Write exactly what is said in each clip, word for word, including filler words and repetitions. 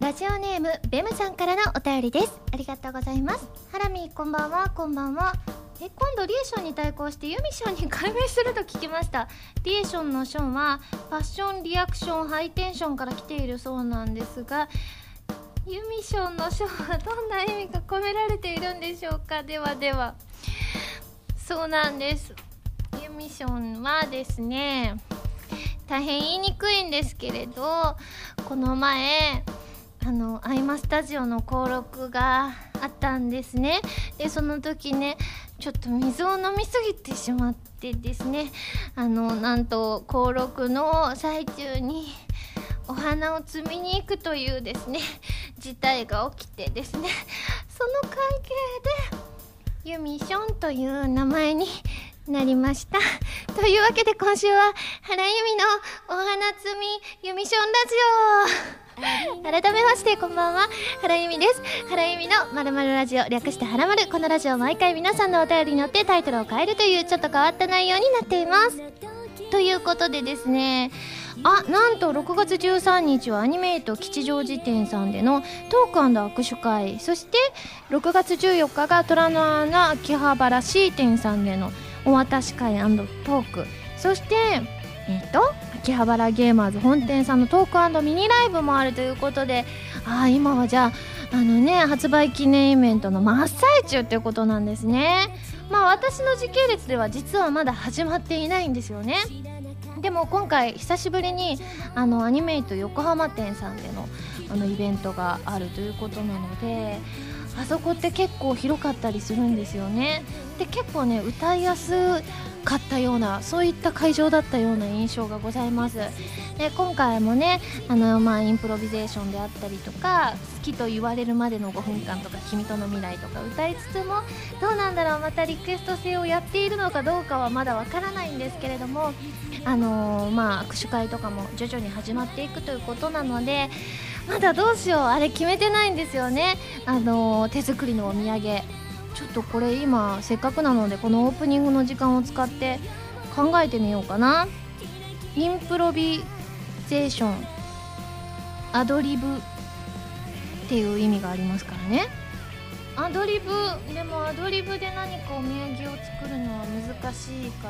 ラジオネームベムさんからのお便りです。ありがとうございます。ハラミこんばんは。こんばんは。え今度リエションに対抗してユミションに改名すると聞きました。リエションのションはファッションリアクションハイテンションから来ているそうなんですが、ユミションのションはどんな意味が込められているんでしょうか。ではでは、そうなんです。ユミションはですね、大変言いにくいんですけれど、この前あのアイマスタジオの登録があったんですね。でその時ね、ちょっと水を飲みすぎてしまってですね、あのなんと登録の最中にお花を摘みに行くというですね事態が起きてですね、その関係でユミションという名前になりました。というわけで今週は原由美のお花摘みユミションラジオ改めましてこんばんは、原由美です。原由美のまるまるラジオ、略してはらまる。このラジオ毎回皆さんのお便りによってタイトルを変えるというちょっと変わった内容になっています。ということでですね、あ、なんとろくがつじゅうさんにちはアニメイト吉祥寺店さんでのトーク&握手会、そしてろくがつじゅうよっかが虎の穴秋葉原 C 店さんでのお渡し会&トーク、そしてえっと秋葉原ゲーマーズ本店さんのトーク&ミニライブもあるということで、あ今はじゃああのね発売記念イベントの真っ最中ということなんですね。まあ私の時系列では実はまだ始まっていないんですよね。でも今回久しぶりにあのアニメイト横浜店さんでのあのイベントがあるということなので、あそこって結構広かったりするんですよね。で結構ね歌いやすかったような、そういった会場だったような印象がございます。で今回もねあの、まあ、インプロビゼーションであったりとか、好きと言われるまでのごふんかんとか、君との未来とか歌いつつも、どうなんだろう、またリクエスト制をやっているのかどうかはまだわからないんですけれども、あのー、まあ握手会とかも徐々に始まっていくということなので、まだどうしよう、あれ決めてないんですよね。あのー、手作りのお土産、ちょっとこれ今せっかくなのでこのオープニングの時間を使って考えてみようかな。インプロビゼーション、アドリブっていう意味がありますからね。アドリブでもアドリブで何かお土産を作るのは難しいから、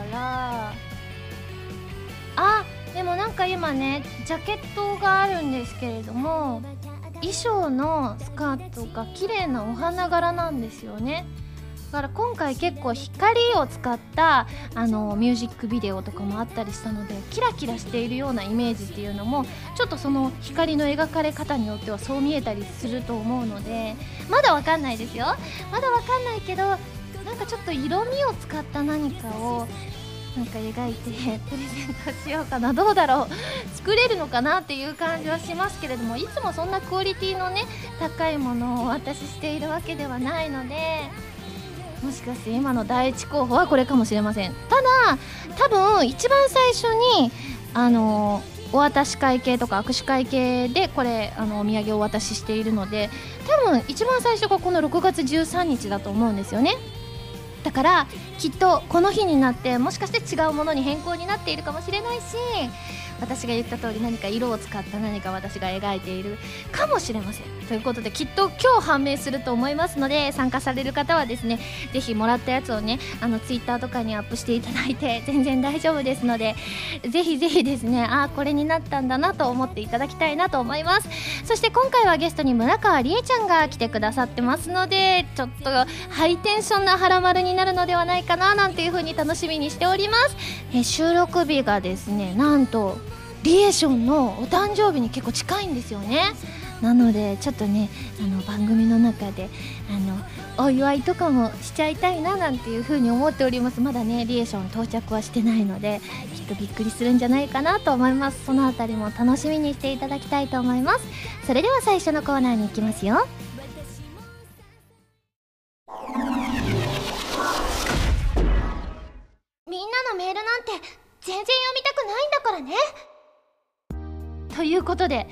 あでもなんか今ねジャケットがあるんですけれども、衣装のスカートが綺麗なお花柄なんですよね。だから今回結構光を使ったあのミュージックビデオとかもあったりしたので、キラキラしているようなイメージっていうのもちょっとその光の描かれ方によってはそう見えたりすると思うので、まだわかんないですよ。まだわかんないけど、なんかちょっと色味を使った何かをなんか描いてプレゼントしようかな。どうだろう、作れるのかなっていう感じはしますけれども、いつもそんなクオリティのね高いものをお渡ししているわけではないので、もしかして今の第一候補はこれかもしれません。ただ多分一番最初にあのお渡し会系とか握手会系でこれあのお土産をお渡ししているので、多分一番最初がこのろくがつじゅうさんにちだと思うんですよね。だからきっとこの日になってもしかして違うものに変更になっているかもしれないし、私が言った通り何か色を使った何か私が描いているかもしれません。ということできっと今日判明すると思いますので、参加される方はですねぜひもらったやつをねあのツイッターとかにアップしていただいて全然大丈夫ですので、ぜひぜひですね、あこれになったんだなと思っていただきたいなと思います。そして今回はゲストに村川理恵ちゃんが来てくださってますので、ちょっとハイテンションなハラマルになるのではないかななんていう風に楽しみにしております。え収録日がですねなんとリエーションのお誕生日に結構近いんですよね。なのでちょっとねあの番組の中であのお祝いとかもしちゃいたいななんていう風に思っております。まだねリエーション到着はしてないのできっとびっくりするんじゃないかなと思います。そのあたりも楽しみにしていただきたいと思います。それでは最初のコーナーに行きますよ。みんなのメールなんて全然読みたくないんだからね。ということで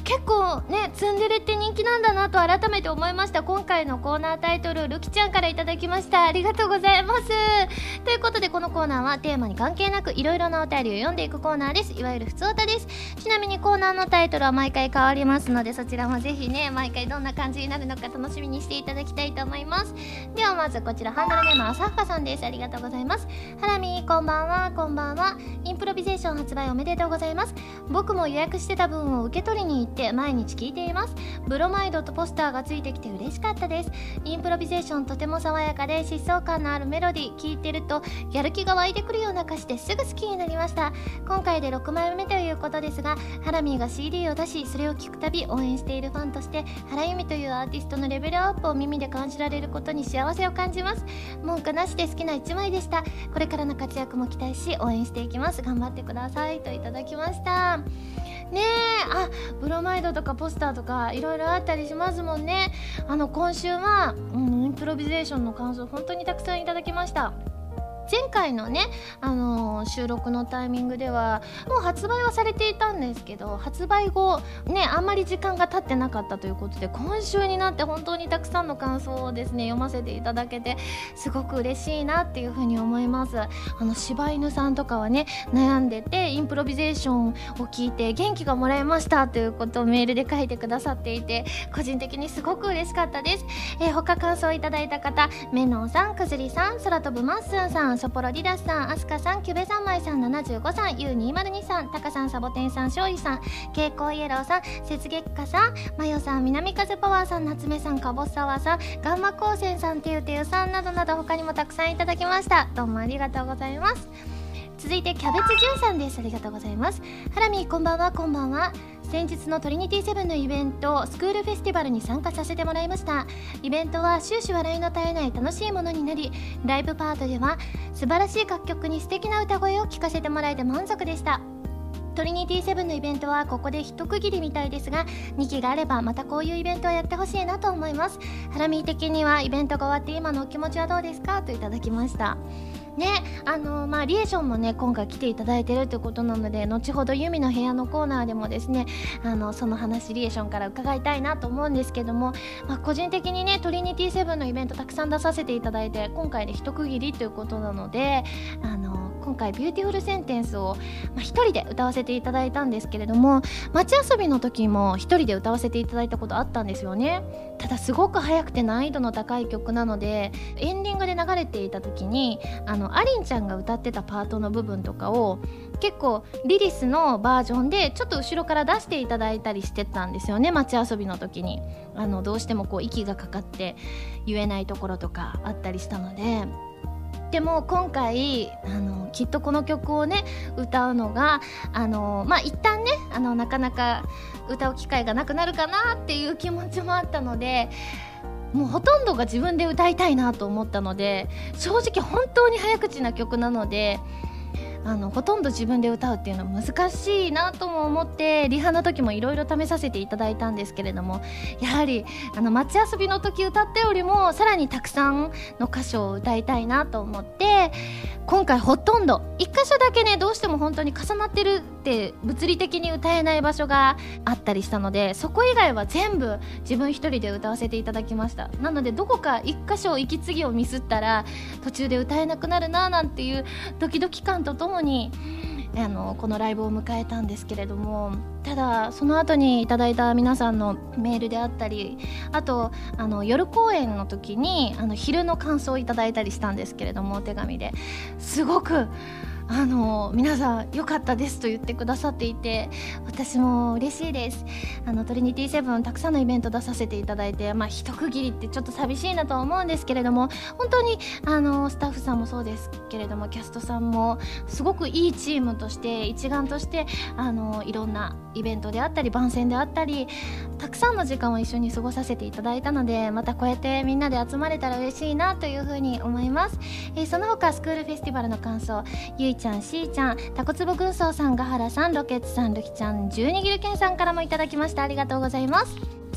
結構ねツンデレって人気なんだなと改めて思いました。今回のコーナータイトル、るきちゃんからいただきました。ありがとうございます。ということで、このコーナーはテーマに関係なくいろいろなお便りを読んでいくコーナーです。いわゆるふつおたです。ちなみにコーナーのタイトルは毎回変わりますので、そちらもぜひね毎回どんな感じになるのか楽しみにしていただきたいと思います。ではまずこちら、ハンドルネームあさふかさんです。ありがとうございます。ハラミこんばんは。こんばんは。インプロビゼーション発売おめでとうございます。僕も予約してた分を受け取りに行って毎日聞いています。ブロマイドとポスターがついてきて嬉しかったです。インプロビゼーションとても爽やかで疾走感のあるメロディー、聴いてるとやる気が湧いてくるような歌詞ですぐ好きになりました。今回でろくまいめということですが、ハラミーが シーディー を出し、それを聴くたび応援しているファンとして原由美というアーティストのレベルアップを耳で感じられることに幸せを感じます。文句なしで好きな一枚でした。これからの活躍も期待し応援していきます。頑張ってくださいといただきました。ねえ、あ、ブロマイドとかポスターとかいろいろあったりしますもんね。あの今週は、うん、インプロビゼーションの感想本当にたくさんいただきました。前回のね、あのー、収録のタイミングではもう発売はされていたんですけど、発売後ねあんまり時間が経ってなかったということで、今週になって本当にたくさんの感想をですね読ませていただけてすごく嬉しいなっていうふうに思います。あの柴犬さんとかはね悩んでてインプロビゼーションを聞いて元気がもらえましたということをメールで書いてくださっていて、個人的にすごく嬉しかったです。えー、他感想いただいた方、メノンさん、くずりさん、空飛ぶマッスンさん、ソポロリダスさん、アスカさん、キュベ三昧さん、ななじゅうごさん、ユーにーまるにさん、タカさん、サボテンさん、勝利さん、蛍光イエローさん、雪月花さん、マヨさん、南風パワーさん、夏目さん、カボッサワーさん、ガンマ光線さん、てゆてゆさんなどなど他にもたくさんいただきました。どうもありがとうございます。続いてキャベツじゅんさんです。ありがとうございます。ハラミーこんばんは。こんばんは。先日のトリニティセブンのイベントスクールフェスティバルに参加させてもらいました。イベントは終始笑いの絶えない楽しいものになり、ライブパートでは素晴らしい楽曲に素敵な歌声を聴かせてもらえて満足でした。トリニティセブンのイベントはここで一区切りみたいですが、にきがあればまたこういうイベントをやってほしいなと思います。ハラミー的にはイベントが終わって今のお気持ちはどうですかといただきましたね。あのまあリエーションもね今回来ていただいてるということなので、後ほどユミの部屋のコーナーでもですねあのその話リエーションから伺いたいなと思うんですけども、まあ、個人的にねトリニティセブンのイベントたくさん出させていただいて、今回で一区切りということなので、あの今回ビューティフルセンテンスを、まあ、一人で歌わせていただいたんですけれども、街遊びの時も一人で歌わせていただいたことあったんですよね。ただすごく速くて難易度の高い曲なので、エンディングで流れていた時にあのアリンちゃんが歌ってたパートの部分とかを結構リリスのバージョンでちょっと後ろから出していただいたりしてたんですよね。街遊びの時にあのどうしてもこう息がかかって言えないところとかあったりしたので、でも今回あのきっとこの曲をね歌うのがあのまあ一旦ねあのなかなか歌う機会がなくなるかなっていう気持ちもあったので、もうほとんどが自分で歌いたいなと思ったので、正直本当に早口な曲なのであのほとんど自分で歌うっていうのは難しいなとも思って、リハの時もいろいろ試させていただいたんですけれども、やはりあの街遊びの時歌ったよりもさらにたくさんの歌詞を歌いたいなと思って、今回ほとんどいっ箇所だけねどうしても本当に重なってるって物理的に歌えない場所があったりしたので、そこ以外は全部自分一人で歌わせていただきました。なのでどこかいっ箇所息継ぎをミスったら途中で歌えなくなるななんていうドキドキ感とともにあのこのライブを迎えたんですけれども、ただその後にいただいた皆さんのメールであったり、あとあの夜公演の時にあの昼の感想をいただいたりしたんですけれども、お手紙ですごくあの皆さん良かったですと言ってくださっていて、私も嬉しいです。あのトリニティセブンたくさんのイベント出させていただいて、まあ一区切りってちょっと寂しいなとは思うんですけれども、本当にあのスタッフさんもそうですけれどもキャストさんもすごくいいチームとして一丸としてあのいろんなイベントであったり番宣であったりたくさんの時間を一緒に過ごさせていただいたので、またこうやってみんなで集まれたら嬉しいなというふうに思います。えー、その他スクールフェスティバルの感想、ゆいちゃん、しーちゃん、タコツボ軍曹さん、ガハラさん、ロケッツさん、ルキちゃん、じゅうにぎるけんさんからもいただきました。ありがとうございます。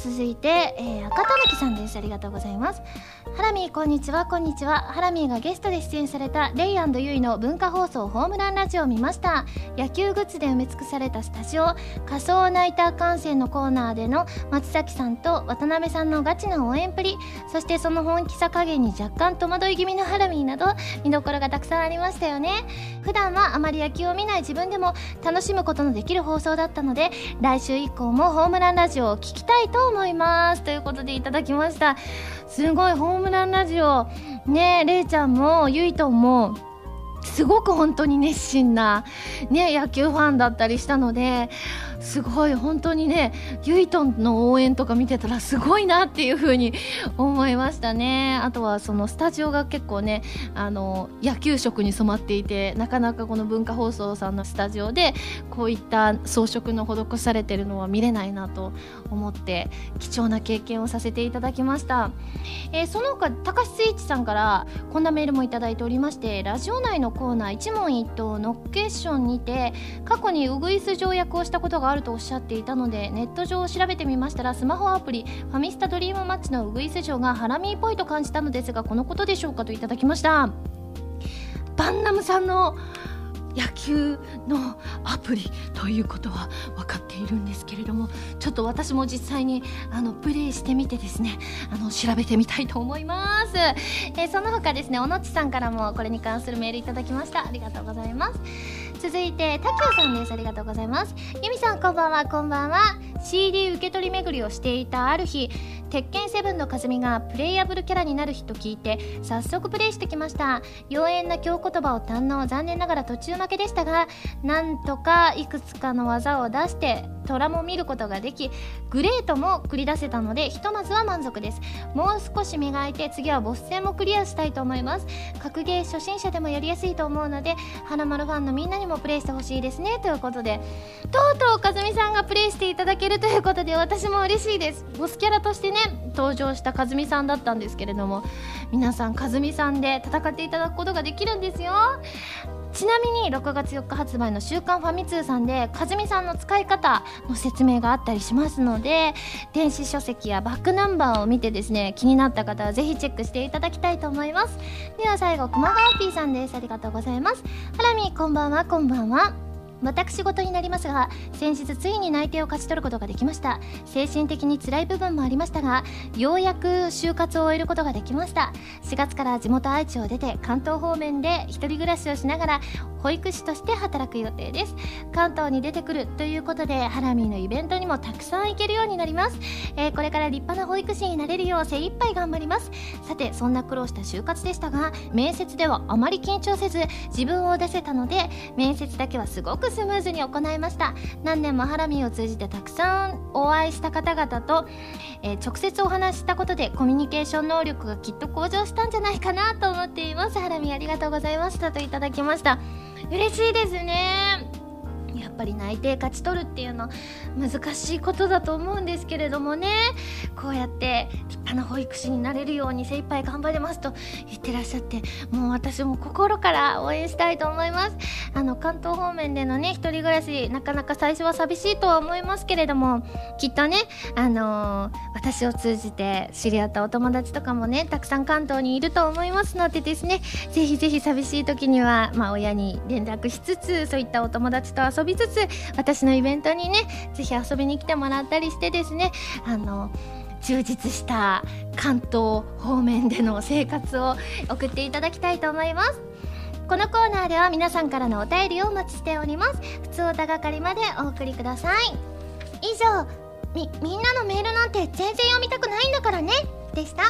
続いて、えー、赤たぬきさんです。ありがとうございます。ハラミーこんにちは。こんにちは。ハラミーがゲストで出演されたレイ&ユイの文化放送ホームランラジオを見ました。野球グッズで埋め尽くされたスタジオ、仮想ナイター観戦のコーナーでの松崎さんと渡辺さんのガチな応援っぷり、そしてその本気さ加減に若干戸惑い気味のハラミーなど見どころがたくさんありましたよね。普段はあまり野球を見ない自分でも楽しむことのできる放送だったので、来週以降もホームランラジオを聞きたいと思いますということでいただきました。すごいホームランラジオね、れいちゃんもゆいとんもすごく本当に熱心な、ね、野球ファンだったりしたので、すごい本当にね、ゆいとんの応援とか見てたらすごいなっていう風に思いましたね。あとはそのスタジオが結構ね、あの野球色に染まっていて、なかなかこの文化放送さんのスタジオでこういった装飾の施されてるのは見れないなと思って貴重な経験をさせていただきました。えー、その他高橋スイッチさんからこんなメールもいただいておりまして、ラジオ内のコーナー一問一答ノックエッションにて過去にウグイス条約をしたことがあるとおっしゃっていたので、ネット上を調べてみましたら、スマホアプリファミスタドリームマッチのウグイス条がハラミーっぽいと感じたのですが、このことでしょうかといただきました。バンナムさんの野球のアプリということは分かっているんですけれども、ちょっと私も実際にあのプレイしてみてですね、あの調べてみたいと思います。えー、その他ですね、おのっちさんからもこれに関するメールいただきました。ありがとうございます。続いてタキオさんです。ありがとうございます。ユミさんこんばんは。こんばんは。 シーディー 受け取り巡りをしていたある日、鉄拳セブンのかずみがプレイヤブルキャラになる日と聞いて早速プレイしてきました。妖艶な京言葉を堪能、残念ながら途中負けでしたが、なんとかいくつかの技を出して虎も見ることができ、グレートも繰り出せたのでひとまずは満足です。もう少し磨いて次はボス戦もクリアしたいと思います。格ゲー初心者でもやりやすいと思うので、花丸ファンのみんなにもプレイしてほしいですねということで、とうとうかずみさんがプレイしていただけるということで私も嬉しいです。ボスキャラとしてね登場したかずみさんだったんですけれども、皆さんかずみさんで戦っていただくことができるんですよ。ちなみにろくがつよっか発売の週刊ファミ通さんでかずみさんの使い方の説明があったりしますので、電子書籍やバックナンバーを見てですね、気になった方はぜひチェックしていただきたいと思います。では最後、熊川 P さんです。ありがとうございます。ハラミこんばんは。こんばんは。私事になりますが、先日ついに内定を勝ち取ることができました。精神的に辛い部分もありましたが、ようやく就活を終えることができました。しがつから地元愛知を出て関東方面で一人暮らしをしながら保育士として働く予定です。関東に出てくるということで、ハラミーのイベントにもたくさん行けるようになります。えー、これから立派な保育士になれるよう精一杯頑張ります。さて、そんな苦労した就活でしたが、面接ではあまり緊張せず自分を出せたので、面接だけはすごくスムーズに行いました。何年もハラミーを通じてたくさんお会いした方々と、えー、直接お話ししたことでコミュニケーション能力がきっと向上したんじゃないかなと思っています。ハラミーありがとうございましたといただきました。嬉しいですね。やっぱり内定勝ち取るっていうの難しいことだと思うんですけれどもね、こうやって立派な保育士になれるように精一杯頑張りますと言ってらっしゃって、もう私も心から応援したいと思います。あの関東方面でのね一人暮らし、なかなか最初は寂しいとは思いますけれども、きっとね、あのー、私を通じて知り合ったお友達とかもねたくさん関東にいると思いますのでですね、ぜひぜひ寂しい時には、まあ、親に連絡しつつ、そういったお友達と遊びつつ、私のイベントにねぜひ遊びに来てもらったりしてですね、あの充実した関東方面での生活を送っていただきたいと思います。このコーナーでは皆さんからのお便りをお待ちしております。ふつおた係までお送りください。以上、み、みんなのメールなんて全然読みたくないんだからねでした。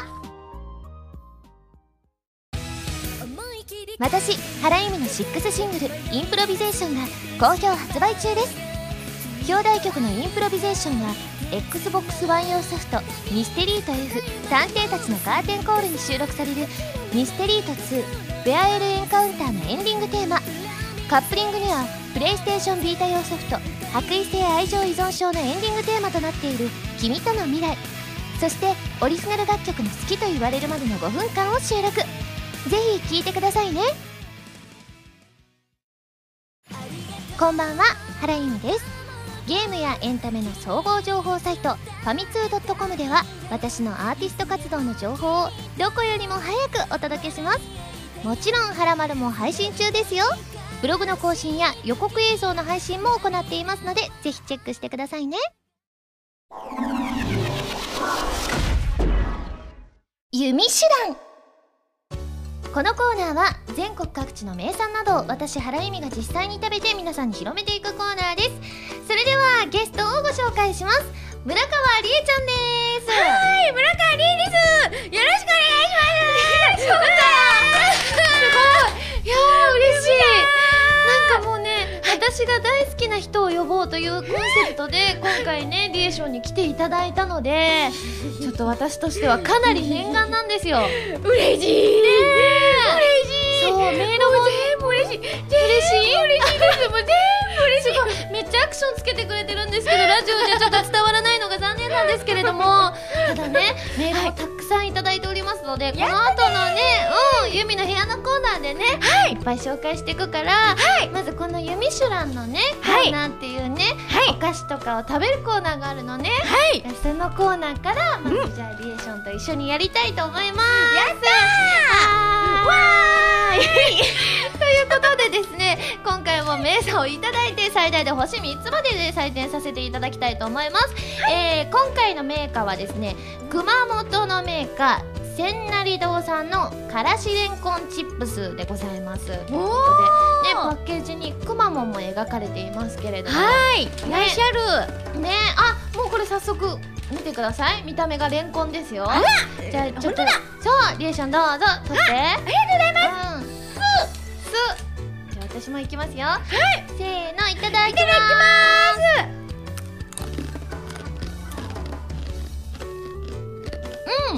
私、原由美のシックスシングルインプロビゼーションが好評発売中です。表題曲のインプロビゼーションは エックスボックスワン 用ソフトミステリート F 探偵たちのカーテンコールに収録されるミステリートツーベアエルエンカウンターのエンディングテーマ。カップリングにはプレイステーションビータ用ソフト白衣性愛情依存症のエンディングテーマとなっている君との未来、そしてオリジナル楽曲の好きと言われるまでのごふんかんを収録。ぜひ聴いてくださいね。こんばんは、原由美です。 ゲームやエンタメの総合情報サイトファミツー .com では私のアーティスト活動の情報をどこよりも早くお届けします。もちろんはらまるも配信中ですよ。ブログの更新や予告映像の配信も行っていますのでぜひチェックしてくださいね。弓手段。このコーナーは全国各地の名産などを私原由美が実際に食べて皆さんに広めていくコーナーです。それではゲストをご紹介します。村川理恵ちゃんです。 はい、村川理恵です。よろしくお願いします。 そうかすごい、いやー嬉しい。なんかもうね、私が大好きな人を呼ぼうというコンセプトで今回ねリエションに来ていただいたのでちょっと私としてはかなり念願なんですよ。 嬉しいねえ、 嬉しい。 そう、メールも全部嬉しい。 嬉しい嬉しいです。もう全部嬉しい。 すごい、めっちゃアクションつけてくれてるんですけどラジオじゃちょっと伝わらないのが残念なんですけれども、ただねメールもたくさんいただいておりますので、この後のね、うん、ユミの部屋のコーナーでね、はい、いっぱい紹介していくから、はい、まずこのユミシュランのねコーナーっていうね、はい、お菓子とかを食べるコーナーがあるのね、はい、そのコーナーからまずじゃあリエションと一緒にやりたいと思います。 やったーわーいということでですね、今回も名産をいただいて最大で星みっつまでで採点させていただきたいと思います、はい。えー、今回のメーカーはですね、熊本のメーカー千成堂さんのからしれんこんチップスでございます。ということで、ね、パッケージにくまモンも描かれていますけれども、 はい、 ね、 いらっしゃるね、あ、もうこれ早速見てください。見た目がレンコンですよ。 あら、 じゃあちょっと、 本当だ。 そう、リエションどうぞ取って。 ありがとうございます。 うん、すすじゃあ私もいきますよ。はい、せーの、いただきまーす。うん、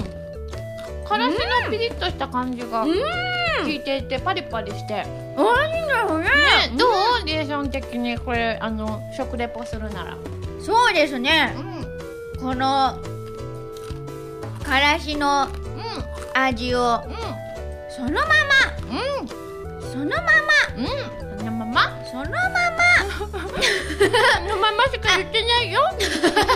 からしのピリッとした感じが効いていてパリパリしておいしいんだよね。 ね、どう、リエーション的にこれあの食レポするなら。 そうですね、 うん、 このからしの味をうん、 そのまま、 うん、 そのまま、 うん、そのままそのままそのまましか言ってないよその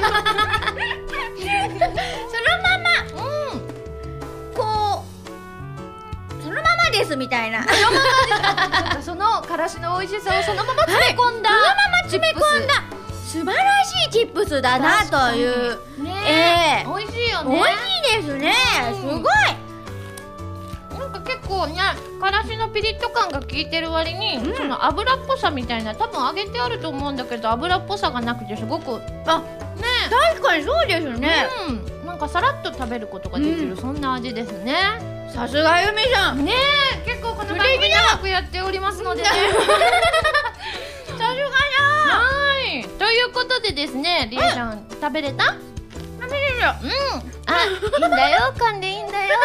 まま、 うん、 こうそのままですみたいな、 そのままです。そのからしの美味しさをそのまま詰め込んだ、 はい、そのまま詰め込んだ素晴らしいチップスだなというね、 えー、 美味しいよね。 美味しいですね、 うん、 すごい。 なんか結構ね、からしのピリッと感が効いてる割に、うん、その油っぽさみたいな、多分揚げてあると思うんだけど油っぽさがなくてすごく、 あ、ね、確かにそうですね、 うん、なんかさらっと食べることができる、うん、そんな味ですね。 さすがゆみさんね、 結構この番組長くやっておりますのでねさすがだ。はい、ということでですね、リエちゃん食べれた？ 食べれるよ。 うん、あ、いいんだよ、噛んでいいんだよ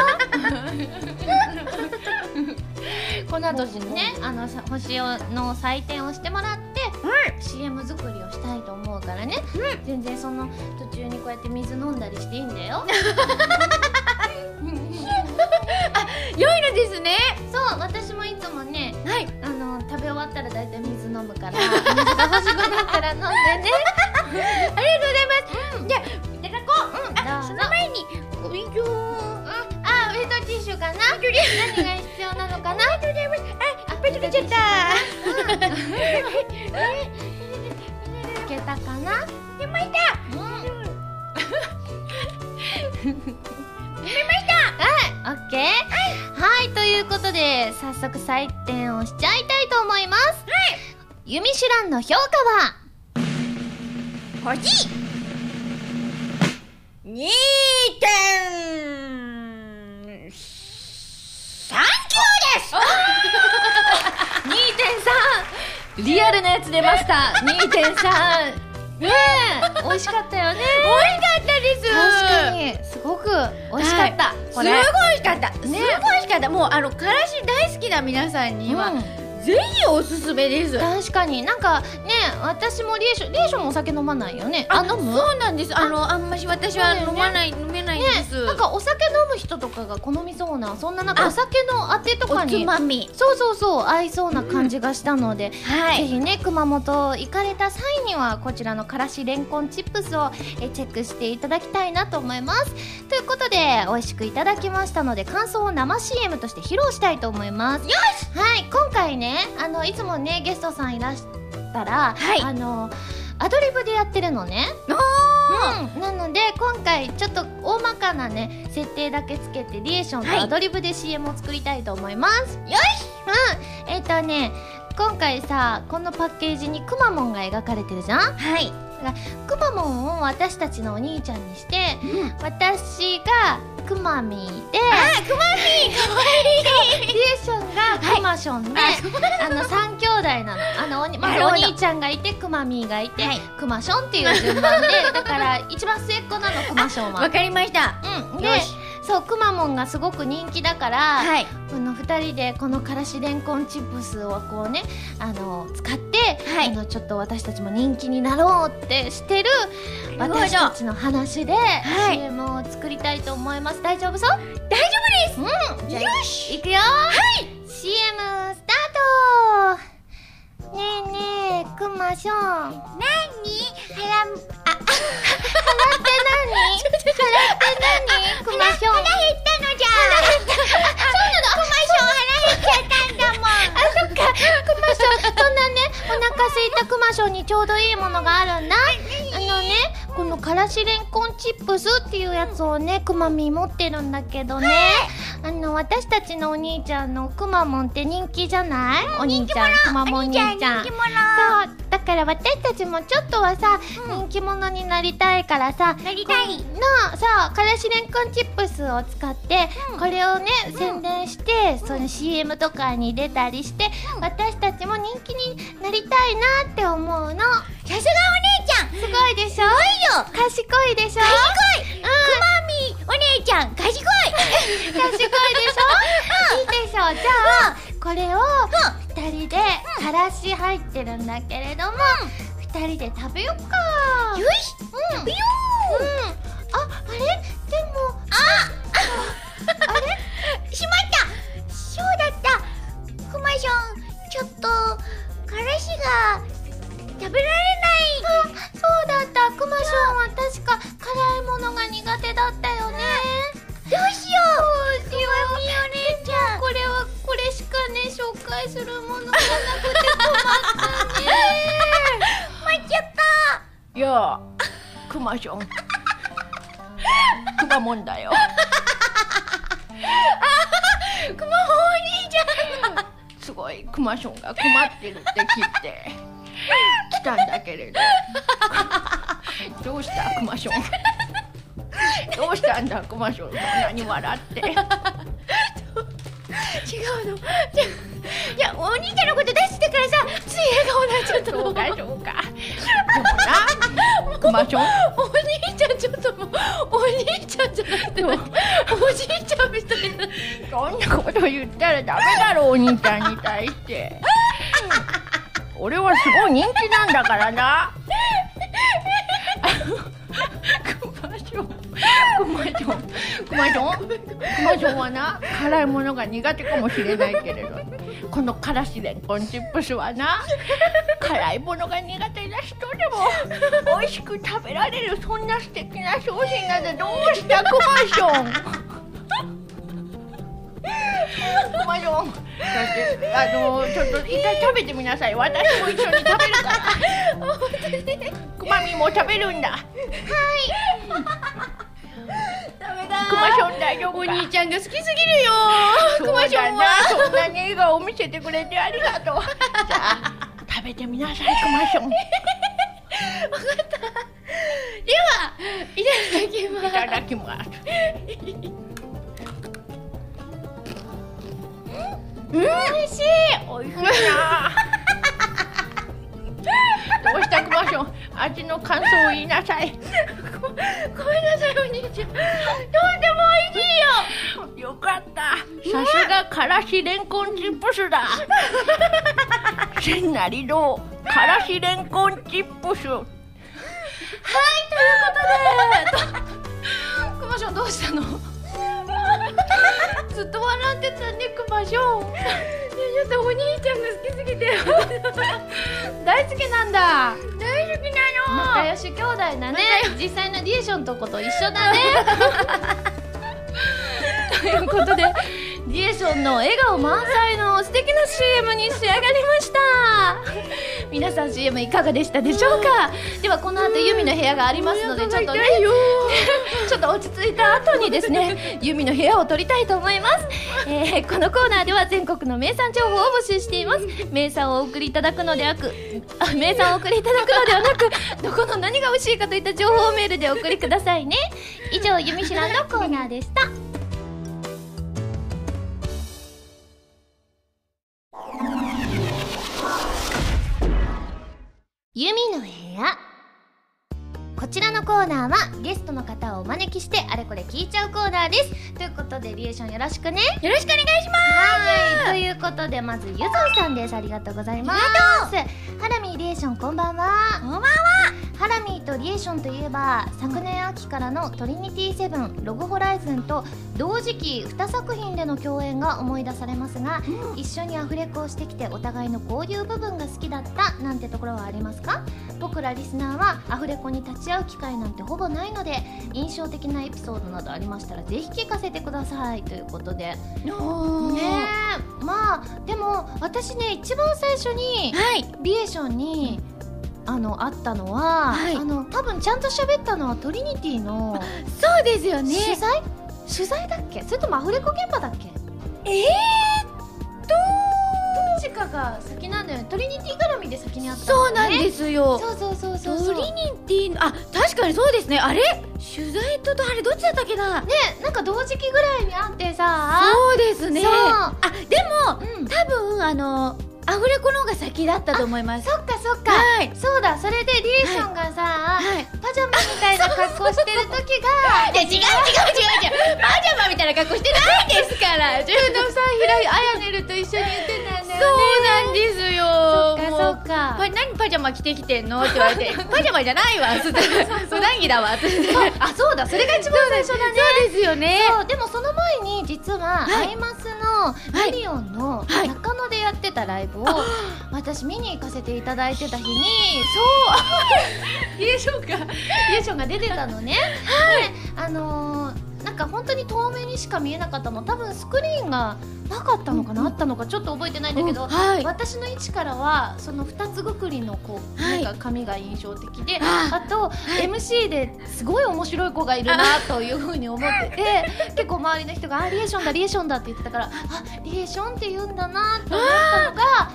この後ね、あの星の採点をしてもらって、うん、シーエム 作りをしたいと思うからね、うん、全然その途中にこうやって水飲んだりしていいんだよあ、良いのですね。 そう、私もいつもね、はい、あの食べ終わったらだいたい水飲むから水が欲しくなったら飲んでねありがとうございます、うん、じゃあいただこう、うん、あ、その前にお水を、うん、 あ、ウェットティッシュかな何が必要なのかな。 ありがとうございます。あ、いっぱい取れちゃったいけたかな。 出ました、うん出ました。 はい、オッケー。はい、はい、ということで早速採点をしちゃいたいと思います。はい、ユミシュランの評価は星にてんさんきゅうですにてんさん リアルなやつ出ました。 にてんさん ねえ、美味しかったよね。 美味しかったです。 確かにすごく美味しかった、はい、 すごい美味しかった、ね、すごい美味しかった。もうあのからし大好きな皆さんには、うん、ぜひおすすめです。 確かになんかね、 私もリエーションリエーションもお酒飲まないよね。あ、飲む？ そうなんです。あのあんまし私は飲まない、飲めないんです。 なんかお酒飲む人とかが好みそうな、そんななんかお酒のあてとかにおつまみ、 そうそうそう合いそうな感じがしたので、 はい、 ぜひね熊本行かれた際にはこちらのからしれんこんチップスをえチェックしていただきたいなと思います。ということで美味しくいただきましたので感想を生 シーエム として披露したいと思います。よし、はい、今回ねあのいつもねゲストさんいらしたら、はい、あのアドリブでやってるのね。うん、なので今回ちょっと大まかなね設定だけつけてリエーションとアドリブで シーエム を作りたいと思います。よし、うん、えっとね今回さこのパッケージにくまモンが描かれてるじゃん。はい、くまモンを私たちのお兄ちゃんにして、うん、私がくまみーで、あーくまみーかわいいリエーションがくまションで、はい、あの三兄弟なの。あのおにまずお兄ちゃんがいてくまみーがいて、はい、くまションっていう順番でだから一番末っ子なのくまションは。わかりました。うん、でそうくまモンがすごく人気だから、はい、このふたりでこのからしれんこんチップスをこうねあの使って、はい、あのちょっと私たちも人気になろうってしてる私たちの話で、はい、シーエム を作りたいと思います。大丈夫そう？大丈夫です。うん、じゃあよしいくよ。はい、シーエム スタート。ねえねえくまション、なに？はらあ腹ってなに？腹ってなに？くまション腹減ったのじゃ。腹減った。そうなの。くまション腹減っちゃったんだもん。あ、そっか。くまション、そんなねお腹空いたくまションにちょうどいいものがあるんだ。あのねこのからしれんこんチップスっていうやつをねくまみ持ってるんだけどね、あの私たちのお兄ちゃんのくまモンって人気じゃない？お兄ちゃん、くまモン兄ちゃん。そうだから私たちもちょっとはさ、うん、人気者になりたいからさ、なりたいのさからしれんこんチップスを使って、うん、これをね、うん、宣伝して、うん、その シーエム とかに出たりして、うん、私たちも人気になりたいなって思うの。さすがお姉ちゃん、すごいでしょ。すごいよ。賢いでしょ。賢い。うん、くまみお姉ちゃん賢い。賢いでしょ。うん、いいでしょ。じゃあこれをふたりでからし入ってるんだけれども、ふたりで食べよっか。よし、うん、食べよう。うん、あ、あれでもああれしまった。そうだった。くまションちょっとからしが食べられない。あ、そうだった。くまションは確か辛いものが苦手だったよね。どうしよう。どうしよう。みお姉ちゃん、これはこれしかね紹介するものがなくて困ったね。待っちゃった。いやくまションくまモンだよ。くまモンお兄ちゃん。すごいくまションが困ってるって聞いて来たんだけれど。どうしたくまション。どうしたんだくまション、そんなに笑って。違うの。いやお兄ちゃんのこと出してからさつい笑顔になっちゃったの。そうかそうか。でもなくまションお兄ちゃんちょっともうお兄ちゃんじゃなくておじいちゃんみたいな。そんなこと言ったらダメだろお兄ちゃんに対して。俺はすごい人気なんだからな。くまションくまションくまションくまションはな辛いものが苦手かもしれないけれど、このからしれんこんチップスはな辛いものが苦手な人でも美味しく食べられる、そんな素敵な商品なんで。どうしたくまション。くまション、だってあのちょっと一回食べてみなさい。私も一緒に食べるから。くまみも食べるんだ。はい。ダメだ。くまション大丈夫か。お兄ちゃんが好きすぎるよ。くまションはそんなに笑顔を見せてくれてありがとう。じゃあ食べてみなさいくまション。わかった。ではいただきます。いただきます。うん、おいしい。おいしいな。どうしたくまション、味の感想を言いなさい。ご, ごめんなさいお兄ちゃん、とってもおいしいよ。よかった。さすがからしれんこんチップスだ。せんなりどうくからしレンコンチップス。はい、 ということでくましょんどうしたのずっと笑ってたね、くましょん。ちょっとお兄ちゃんが好きすぎて大好きなんだ。 大好きなの。 仲良し兄弟だね。実際のリエーションとこと一緒だねということでリエーションの笑顔満載の素敵な シーエム に仕上がりました皆さん シーエム いかがでしたでしょうか。ではこの後ユミの部屋がありますので、ちょっとねちょっと落ち着いた後にですねユミの部屋を撮りたいと思います、えー、このコーナーでは全国の名産情報を募集しています。名産をお送りいただくのではなくあ名産をお送りいただくのではなくどこの何が美味しいかといった情報をメールでお送りくださいね。以上、ユミシランのコーナーでした。ユミの部屋。こちらのコーナーはゲストの方をお招きしてあれこれ聞いちゃうコーナーです。ということでリエーションよろしくね。 よろしくお願いします。 はい、ということでまずゆずんさんです。ありがとうございます。ハラミー、リエーションこんばんは。 こんばんは。 ハラミーとリエーションといえば昨年秋からのトリニティセブン、ログホライズンと同時期に作品での共演が思い出されますが、うん、一緒にアフレコをしてきてお互いのこういう部分が好きだったなんてところはありますか？僕らリスナーはアフレコに立ち会う機会なんてほぼないので、印象的なエピソードなどありましたらぜひ聞かせてくださいということで。ねえ、まあでも私ね、一番最初にリエーションに、うん、あの会ったのは、はい、あの多分ちゃんと喋ったのはトリニティのそうですよね。 取材取材だっけ、それともアフレコ現場だっけ。 えーっとどっちかが先なんだよね。トリニティ絡みで先に会ったのね。 そうなんですよ。 そうそうそうそうそう。 トリニティの、あ、確かにそうですね。あれ取材とあれどっちだったっけな。 ね、なんか同時期ぐらいに会ってさ。 そうですね。あ、でも、うん、多分あのアフレコの方が先だったと思います。 そっかそっか、はい、そうだ。それでリエーションがさ、はいはい、パジャマみたいな格好してる時がいや違う違う違う違うパジャマみたいな格好してないですから中野さん、平井あやねると一緒に言ってたんだよね。 そうなんですよ。 そっかそっか。 何パジャマ着てきてんのって言われてパジャマじゃないわつって普段着だわつってあ、そうだ、それが一番最初だね。 そうですよね。 そう、でもその前に実は、はい、アイマスのミリオンの中野でやってたライブを、はい、私見に行かせていただいてた日に、そうリエーションがリエーションが出てたのね。はい、あのー、なんか本当に遠目にしか見えなかったの。多分スクリーンがなかったのかな、うん、あったのかちょっと覚えてないんだけど、うん、はい、私の位置からはそのふたつぐくりのこう、はい、なんか髪が印象的で、あと、はい、エムシー ですごい面白い子がいるなというふうに思ってて結構周りの人があリエーションだリエーションだって言ってたから、あ、リエーションって言うんだなと思ったのが、はい、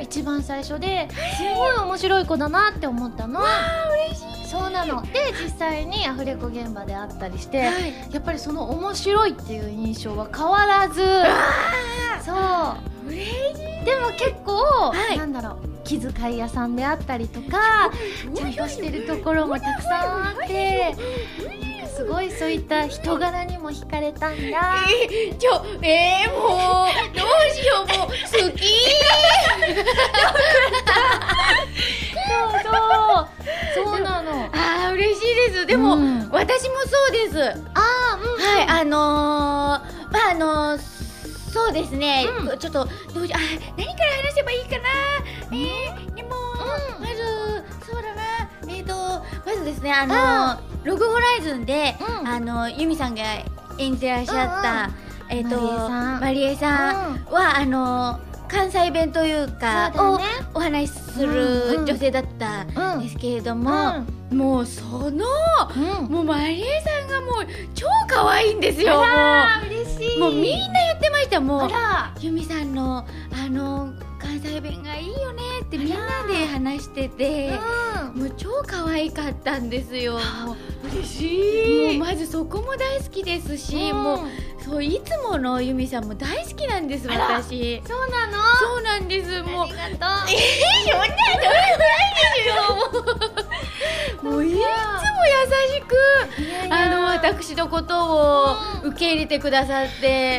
一番最初ですごい面白い子だなって思ったの。 嬉しい。 そうなの。で実際にアフレコ現場であったりして、はい、やっぱりその面白いっていう印象は変わらず、そう嬉しい。 でも結構、はい、なんだろう、気遣い屋さんであったりとかちゃんとしてるところもたくさんあって、なんかすごいそういった人柄にも惹かれたんだ。 えー、ちょえー、もうどうしよう、もう好きそうそうそうなの。 あー嬉しいです。でも、うん、私もそうです。 あー、うん、 はい、あのー、まああのーそうですね、うん、ちょっとどうしあ何から話せばいいかな、うん、えー、でも、うん、まずそうだな、えーとまずですね、あの、うん、ログホライズンで、うん、あのユミさんが演じてらっしゃった、うんうん、えーとマリエさんは、うん、あの関西弁というか、ね、をお話しする女性だったんですけれども、うんうん、もうその、うん、もうマリエさんがもう超可愛いんですよ。もう嬉しい。 もうみんな言ってました。もうユミさんのあの関西弁がいいよねってみんなで話してて、うん、もう超可愛かったんですよ。もう嬉しい。もうまずそこも大好きですし、うん、もうそういつものユミさんも大好きなんです。私。 そうなの？ そうなんです。もうありがとう。えー、そんなどれぐらいですよ。もういつも優しくあの私のことを受け入れてくださって、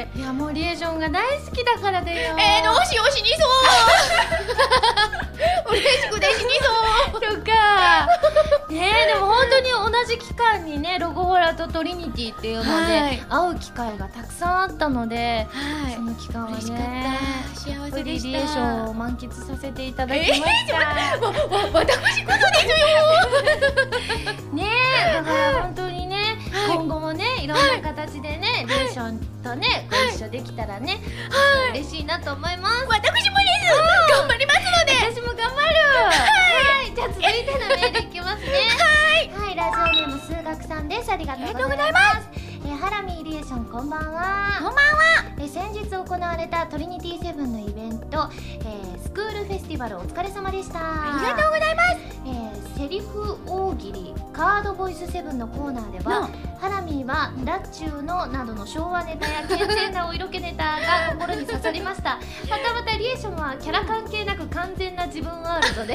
いやもうリエーションが大好きだからだよ。 えー、どうしよう、死にそう嬉しくて死にそうとかね。でも本当に同じ期間にね、ロゴホラとトリニティっていうので、はい、会う機会がたくさんあったので、はい、その期間はね、 嬉しかった、幸せでした。 レディエーションを満喫させていただきました。 えー、わわ私こそですよね。だから本当にね、はい、今後もね、いろんな形でね、はい、リエーションとね、はい、ご一緒できたらね、はい、嬉しいなと思います。 私もです、頑張りますので。 私も頑張る。はい、じゃあ続いてのメールいきますね。はい、はい、ラジオネーム数学さんです。ありがとうございます。えー、ハラミーリエーション、こんばんは。 こんばんは。 えー、先日行われたトリニティセブンのイベント、えー、スクールフェスティバルお疲れ様でした。 ありがとうございます。 えー、セリフ大喜利カードボイスセブンのコーナーでは、ハラミーはラッチューのなどの昭和ネタや健全なお色気ネタが心に刺さりました。またまたリエーションはキャラ関係なく完全な自分ワールドで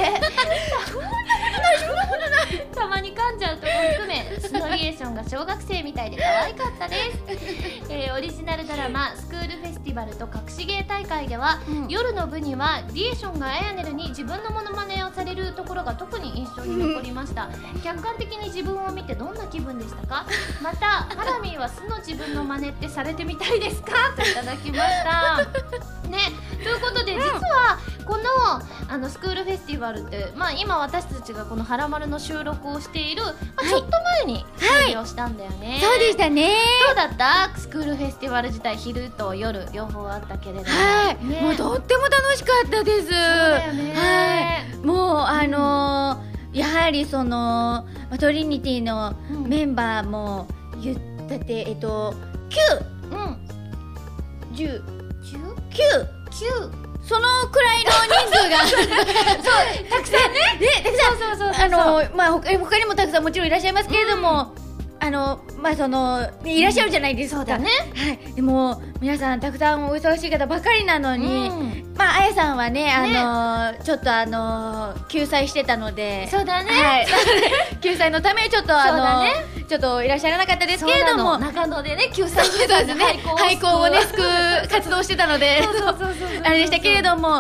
たまに噛んじゃうとこ含め、スノリエーションが小学生みたいで可愛かったです。えー、オリジナルドラマスクールフェスティバルと隠し芸大会では、うん、夜の部にはリエーションがアヤネルに自分のモノマネをされるところが特に印象に残りました。うん、客観的に自分を見てどんな気分でしたか？またハラミーは素の自分の真似ってされてみたいですか？といただきましたね。ということで、実はこのあのスクールフェスティバルって、まあ、今私たちがこのハラマルの収録をしている、まあ、ちょっと前に終了したんだよね。はい、 そうでしたね。 どうだった？スクールフェスティバル自体、昼と夜両方あったけれども、 はい、ね、もうとっても楽しかったです。そうだよね。はい、もうあのー、やはりそのトリニティのメンバーも言ったって、えっときゅう、うん、じゅう、きゅう、きゅう、きゅう、そのくらいの人数がそう、たくさんね、ね、たくさん、そうそうそうそう、あの、まあ、他、他にもたくさんもちろんいらっしゃいますけれども、うん、あの、まあ、そのいらっしゃるじゃないですか。 そうだね。 はい。でも皆さんたくさんお忙しい方ばかりなのに、うん、まああやさんはね、あのーね、ちょっとあのー、救済してたので、 そうだね。 はい、救済のためちょっとあのーね、ちょっといらっしゃらなかったですけれども、 中野でね救済してたんですね。 廃校をね救う活動してたので、あれでしたけれども、うん、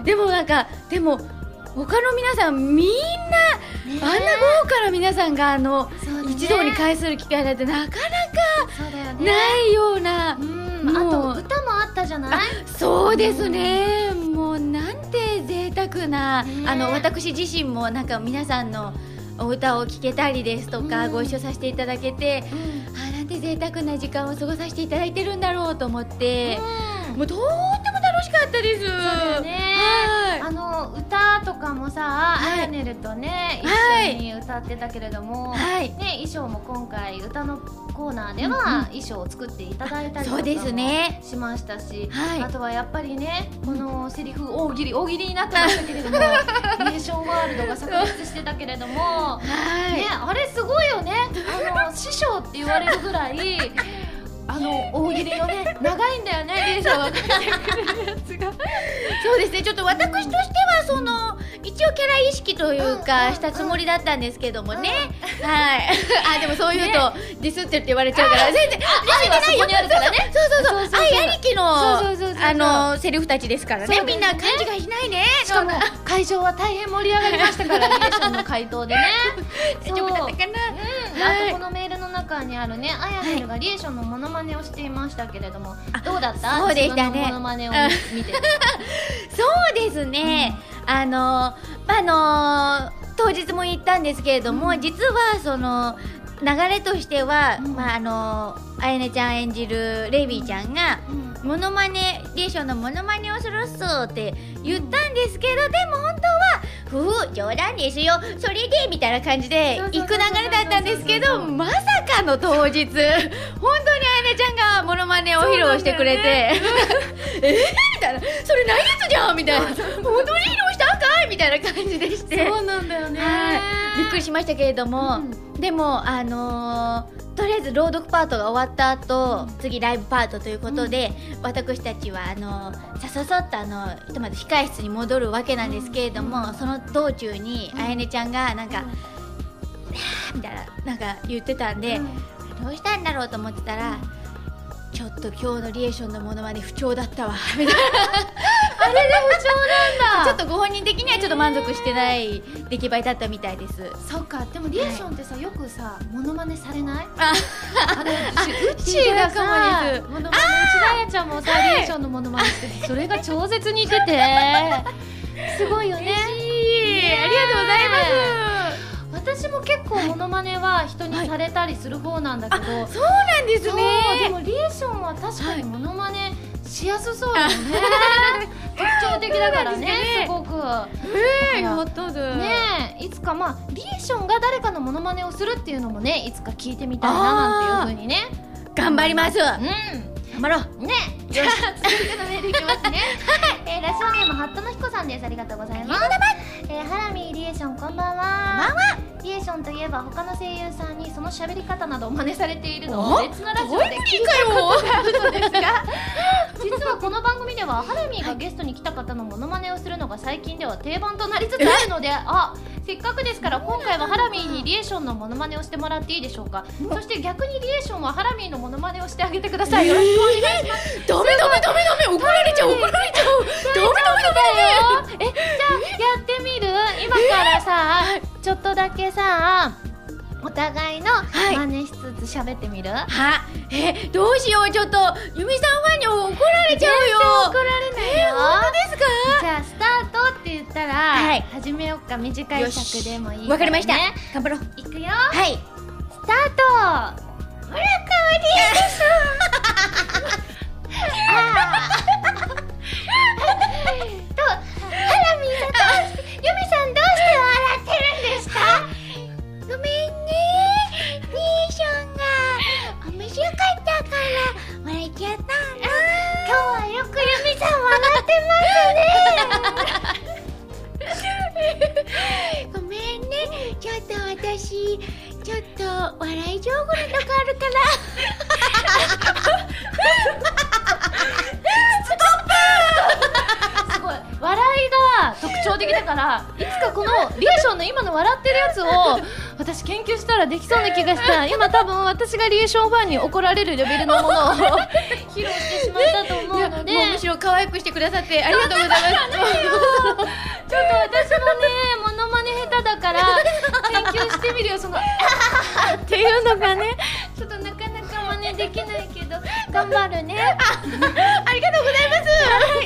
でもなんかでも他の皆さんみんな、ね、あんな豪華な皆さんがあの、ね、一堂に会する機会なんてなかなかないような、 うん、あと歌もあったじゃない？ そうですね、うん、もうなんて贅沢な、ね、あの私自身もなんか皆さんのお歌を聴けたりですとか、うん、ご一緒させていただけて、うん、あなんて贅沢な時間を過ごさせていただいてるんだろうと思って、うん、もうとっても楽しかったです。そうだよね。はい、あの歌とかもさ、アヤネルとね一緒に歌ってたけれども、はい、ね、衣装も今回歌のコーナーでは衣装を作っていただいたりとかもしましたし、はい、あとはやっぱりね、このセリフ大喜利大喜利になってましたけれどもリエーションワールドが炸裂してたけれども、はい、ね、あれすごいよね。あの師匠って言われるぐらいあの大喜利のね長いんだよね、リエーションが書いてくるやつがそうですね、ちょっと私としてはその一応キャラ意識というかしたつもりだったんですけどもね、はい、あでもそう言うとディスってって言われちゃうから全然愛はそこにあるからね。 そうそうそう、愛ありきのあのセリフたちですからね、みんな勘違いしないね。 しかも会場は大変盛り上がりましたからリエーションの回答でね大丈夫だったかな。 あとこのメールの中にあるね、アヤネルがリエーションのモノマネをしていましたけれども、どうだった？ そうでしたね、 自分のモノマネを見てそうですね、あのあの当日も言ったんですけれども、実はその流れとしては、まああのあやねちゃん演じるレイビーちゃんがモノマネ、リエーションのモノマネをするっすって言ったんですけど、でも本当はふう冗談ですよそれでみたいな感じで行く流れだったんですけど、まさかの当日本当にあやねちゃんがモノマネを披露してくれて、ね、えーみたいな、それないやつじゃんみたいな、本当に披露したんかいみたいな感じでして、 そうなんだよね、 はい、びっくりしましたけれども、うん、でもあのーとりあえず朗読パートが終わった後、うん、次ライブパートということで、うん、私たちはあのさそそっとあのひとまず控室に戻るわけなんですけれども、うん、その道中にあやねちゃんがなんか、うん、みたいななんか言ってたんで、うん、どうしたんだろうと思ってたら、ちょっと今日のリエーションのモノマネ不調だったわみたいなあれで不調なんだ。 ちょっとご本人的にはちょっと満足してない出来栄えだったみたいです。 そうか。でもリエーションってさ、よくさモノマネされない？ ああれ私ウッチーがさモノマネ、内田彩ちゃんもさリエーションのモノマネしてて、それが超絶似ててすごいよね。 ありがとうございます。 私も結構モノマネは人にされたりする方なんだけど、 はい、そうなんですね。 でもリエーションは確かにモノマネしやすそうだよね。特徴的だからね、すごく。 えー、やったぜ。 ねえ、いつかまあリエーションが誰かのモノマネをするっていうのもね、いつか聞いてみたいななんていう風にね。 頑張ります。うん。 頑張ろう。 ね。じゃあ続いてのメールいきますね。えー、ラジオネームハットのひこさんです。ありがとうございます。えー、ハラミーリエーションこんばんは。 こんばんは。 リエーションといえば他の声優さんにその喋り方などを真似されているのを別のラジオで聞いたことがあるのですが、実はこの番組ではハラミーがゲストに来た方のモノマネをするのが最近では定番となりつつあるので、あ、せっかくですから今回はハラミーにリエーションのモノマネをしてもらっていいでしょうか。そして逆にリエーションはハラミーのモノマネをしてあげてください。よろしくお願いします。 ダメダメダメダメ、怒られちゃう怒られちゃう。ダメダメダメ。 え、じゃあやってみる？今からさ、ちょっとだけさ、お互いの真似しつつ喋ってみる？ は、え、どうしよう。ちょっとユミさんファンに怒られちゃうよ。 怒られないよ。 えー、本当ですか？ じゃあスタートって言ったら、はい、始めようか。短い尺でもいい、ね。 わかりました。頑張ろう。 いくよ。 はい。 スタート。村川リエーション。と、ハラミーさん、どうして、ユミさんどうして笑ってるんですか？ ごめんね。リエーションが面白かったから笑っちゃったんだ。 今日はよくユミさん笑ってますね。 ごめんね。ちょっと私ちょっと笑い上手なとこあるからストップ。 すごい笑いが特徴的だから、いつかこのリエーションの今の笑ってるやつを私研究したらできそうな気がした。今多分私がリエーションファンに怒られるレベルのものを披露してしまったと思うので、 もうむしろ可愛くしてくださってありがとうございます。 ちょっと私もねモノマネ下手だから研究してみるよ。そのっていうのがね、ちょっとなかなか真似できないけど頑張るね。 あ, ありがとうございます。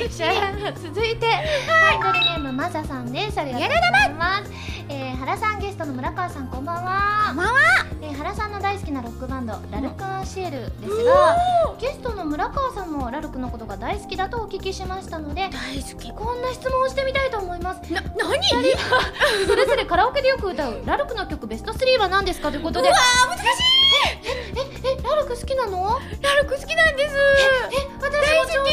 はい、じゃあ続いてハンドルネームマサさんです。ありがとうございます。えー、原さんゲストの村川さんこんばんは。 こんばんは。 えー、原さんの大好きなロックバンドラルク・アンシエルですが、ゲストの村川さんもラルクのことが大好きだとお聞きしましたので、 大好き。 こんな質問をしてみたいと思います。 な、何？ それぞれカラオケでよく歌うラルクの曲ベストスリーは何ですかということで。 うわー難しい。 え、え、え、ラルク好きなの？ ラルク好きなんです。 え、え、私も超好きなの。すごい、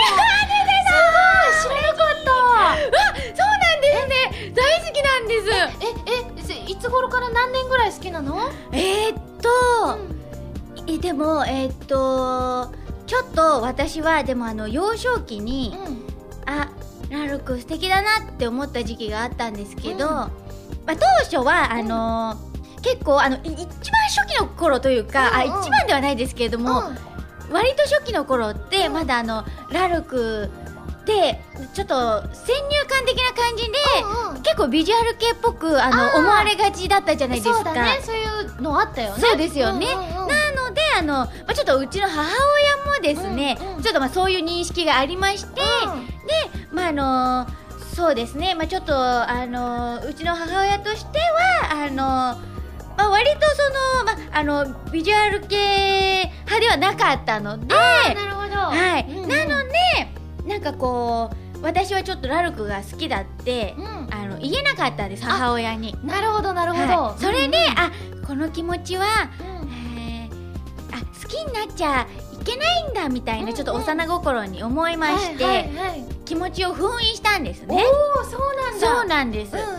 知らなかった。 あ、そうなんですね。大好きなんです。 え、え、いつ頃から何年ぐらい好きなの？ えー、っと、うん、えでもえー、っとちょっと私はでもあの幼少期に、うん、あ、ラルク素敵だなって思った時期があったんですけど、うん、まあ、当初はあのー、結構あの一番初期の頃というか、うんうん、あ、一番ではないですけれども、うん、割と初期の頃ってまだあのラルクでちょっと先入観的な感じで、うんうん、結構ビジュアル系っぽくあの思われがちだったじゃないですか。 そうだね、そういうのあったよね。 そうですよね、うんうんうん、なのであの、まあ、ちょっとうちの母親もですね、うんうん、ちょっとまあそういう認識がありまして、うん、でまああのそうですね、まあ、ちょっとあのうちの母親としてはあのまあ、割とその、まあ、あのビジュアル系派ではなかったので、 あ、なるほど、 はい、うんうん、なのでなんかこう私はちょっとラルクが好きだって、うん、あの言えなかったんです、母親に。 なるほどなるほど、 はい、それで、うんうん、あ、この気持ちは、 うん、 えー、あ、好きになっちゃいけないんだみたいな、うんうん、ちょっと幼心に思いまして、はいはいはい、気持ちを封印したんですね。 おー、そうなんだ。 そうなんです、うんうんうん、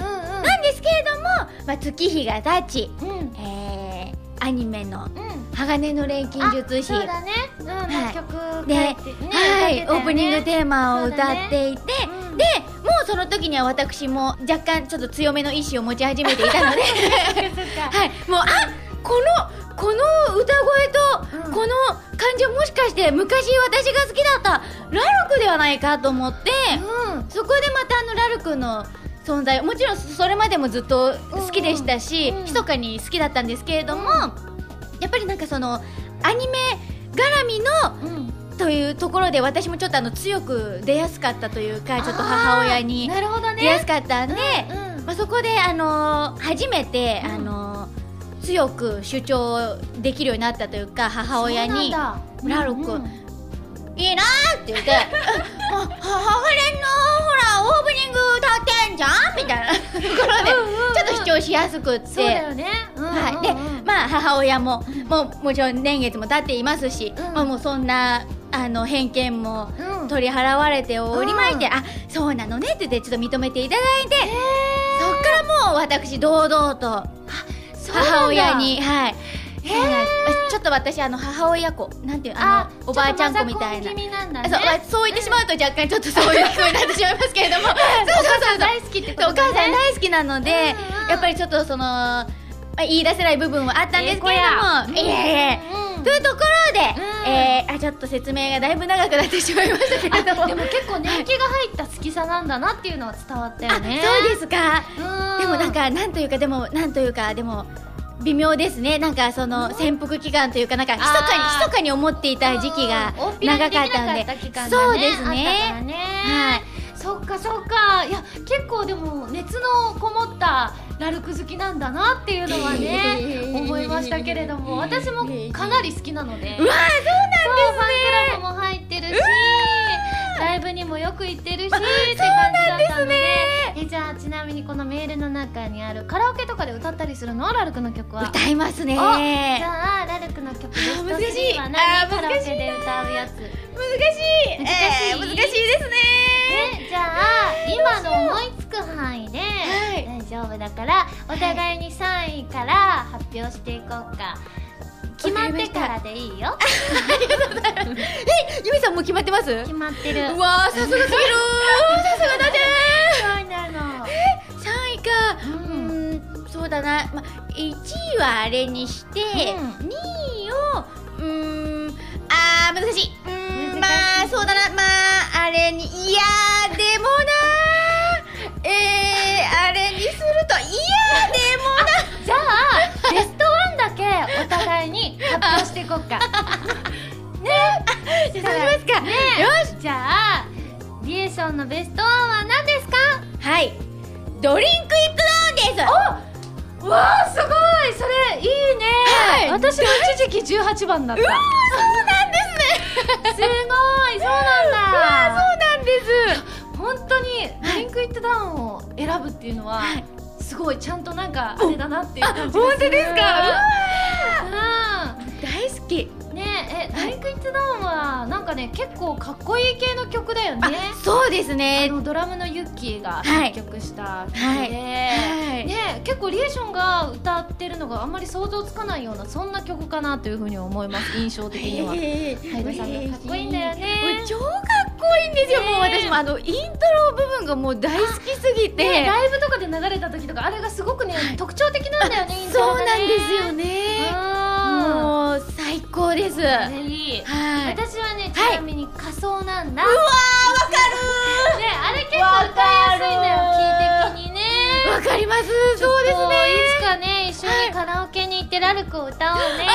なんですけれども、まあ、月日が経ち、うん、えー、アニメの、うん、鋼の錬金術師、 そうだね、うん、はい、曲で、ね、はい、ね、オープニングテーマを歌っていて、ね、うん、でもうその時には私も若干ちょっと強めの意志を持ち始めていたのではい、もうあ、このこの歌声と、うん、この感じはもしかかして昔私が好きだったラルクではないかと思って、うん、そこでまたあのラルクの存在、もちろんそれまでもずっと好きでしたし、うんうん、密かに好きだったんですけれども、うん、やっぱりなんかそのアニメ絡みの、うんというところで私もちょっとあの強く出やすかったというか、ちょっと母親に出やすかったんで、うんうん、まあ、そこで、あのー、初めて、うん、あのー、強く主張できるようになったというか、母親にラルク、うんうん、いいなーって言って母親のほらオープニング歌ってんじゃんみたいなところでちょっと主張しやすくって、そうだよね、うんうんうん、はい、でまあ母親ももうもちろん年月も経っていますし、うん、まあ、もうそんなあの偏見も取り払われておりまして、うん、あ、そうなのねって言ってちょっと認めていただいて、そっからもう私堂々と母親に、はい、ちょっと私あの母親子なんていうあのおばあちゃん子みたいな、ね、そう、そう言ってしまうと若干ちょっとそういう気になってしまいますけれども、そうそうそう、大好きってことね、お母さん大好きなので、うんうん、やっぱりちょっとその言い出せない部分はあったんですけれども、いやいやというところで、うん、えー、あちょっと説明がだいぶ長くなってしまいましたけれども、 でも結構年季が入った好きさなんだなっていうのは伝わったよね。 そうですか。でもなんかなんというかでもなんというかでも微妙ですね。なんかその潜伏期間というかなんか密かに密かに思っていた時期が長かったんで、そうですね。 はい。そっかそっか。いや結構でも熱のこもったラルク好きなんだなっていうのはね、えー、思いましたけれども、私もかなり好きなので、うわー、そうなんですね。ファンクラブも入ってるし、ライブにもよく行ってるしって感じだったので、えじゃあちなみにこのメールの中にあるカラオケとかで歌ったりするの？ラルクの曲は歌いますね。 じゃあラルクの曲ベストスリーは何？カラオケで歌うやつ。難しい難しい、えー、難しいですね。 じゃあ今の思いつく範囲で大丈夫だから、お互いにさんいから発表していこうか。決まってからでいいよ。ありがとうございます。え、ゆみさんもう決まってます？ 決まってる。 うわー、さすがすぎるー。さすがだねー。そうなの。 え、さんいか。うん、そうだな。ま、いちいはあれにして、うん、にいをうーん、あー難しい。うーん、まあそうだな。まああれに、いやーでもなー。えー、あれにすると、いやーでもな。 じゃあベストワンだけお互いに発表していこうか。ね、 じゃあそうしますか。 ね、よし。じゃあリエーションのベストワンは何ですか？ はい、ドリンクイットダウンです。 お、わーすごい、それいいね、はい、私も一時期じゅうはちばんだった。うわー、 そうなんですね。 すごい、そうなんだ。 うわー、そうなんです。 本当にドリンクイットダウンを選ぶっていうのは、はい、すごいちゃんとなんかあれだなっていう感じがする。 本当ですか？うわー、うん、 大好きね。え、ドリンクイットダウンはなんかね結構かっこいい系の曲だよね。 そうですね。 あのドラムのユッキーが作曲した曲で、はいはい、ね、結構リエーションが歌ってるのがあんまり想像つかないようなそんな曲かなというふうに思います。印象的には。ハイドさんがかっこいいんだよね。 超かっこいいんですよ。もう私もあのイントロ部分がもう大好きすぎて、 ね、ライブとかで流れた時とかあれがすごくね特徴的なんだよね。イントロがね。 そうなんですよね。もう最高です。 いい、はい、私はねちなみに仮装なんだ。 うわー、わかるー。ね、あれ結構歌いやすいんだよ、キー的にね。 わかります。そうですね。 いつかね一緒にカラオケに行ってラルクを歌おうね。あー、歌いましょうね。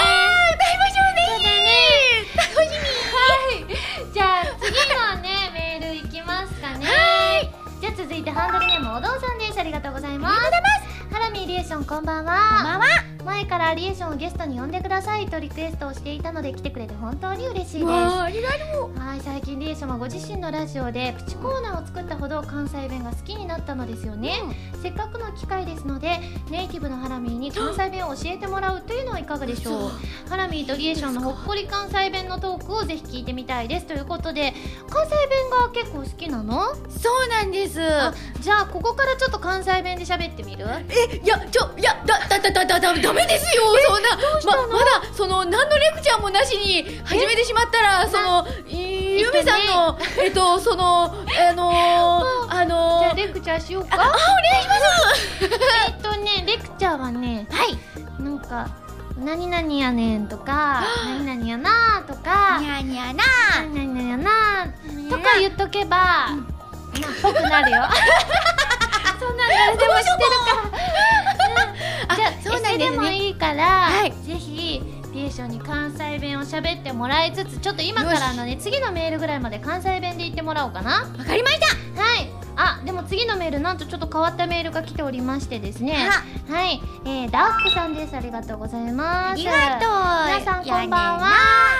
楽しみ。はい。じゃあ次のねメールいきますかね。はい。じゃあ続いてハンドルネームおどうさんです。ありがとうございます。ありがとうございます。ハラミー、リエーションこんばんは。 こんばんは。 前からリエーションをゲストに呼んでくださいとリクエストをしていたので来てくれて本当に嬉しいです。 ありがとう。 はい、最近リエーションはご自身のラジオでプチコーナーを作ったほど関西弁が好きになったのですよね、うん、せっかくの機会ですのでネイティブのハラミーに関西弁を教えてもらうというのはいかがでしょう。ハラミーとリエーションのほっこり関西弁のトークをぜひ聞いてみたいですということで、関西弁が結構好きなの？ そうなんです。 じゃあここからちょっと関西弁で喋ってみる？ え、いや、ちょ、いや、だ、だ、だ、だ、だ、だ、ダメですよ。そんな、ま、まだ、その、何のレクチャーもなしに始めてしまったら、その、ユミさんの、えっと、その、あのー、あのー、 じゃあレクチャーしようか。 あ、あ、お願いします。 えっとね、レクチャーはね、 はい。 なんか、何々やねんとか、何々やなとか、 らにゃにゃなにゃにゃなとか言っとけばまあぽくなるよそんなの誰でも知ってるからじゃあそうなんですね。 エセでもいいから、 はい、ぜひリエーションに関西弁を喋ってもらいつつ、ちょっと今からのね次のメールぐらいまで関西弁で言ってもらおうかな。 わかりました。 はい。あ、でも次のメールなんとちょっと変わったメールが来ておりましてですね。はい、えー、ダックさんです。ありがとうございます。 ありがとう。 皆さんこんばんは。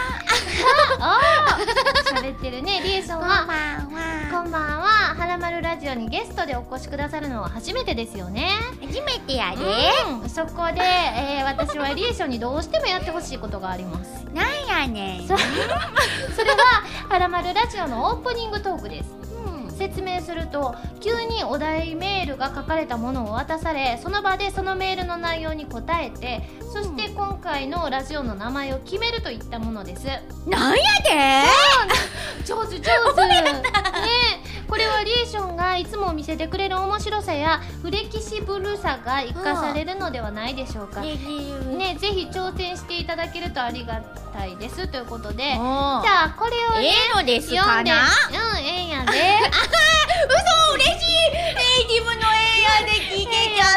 おー、喋ってるね。リエーションはこんばんは。 こんばんは。はらまるラジオにゲストでお越しくださるのは初めてですよね。 初めてやで。 うん、そこで、えー、私はリエーションにどうしてもやってほしいことがあります。 なんやねん。 そ, それははらまるラジオのオープニングトークです。説明すると、急にお題メールが書かれたものを渡され、その場でそのメールの内容に答えて、そして今回のラジオの名前を決めるといったものです。 なんやで上手上手ね。これはリエーションがいつも見せてくれる面白さやフレキシブルさが生かされるのではないでしょうか。ね、ぜひ挑戦していただけるとありがたいですということで、じゃあこれをね、 ええのですかな。 読んで、うん、ええんやで。 嘘、嬉しい。ネイティブのええやで聞けちゃった。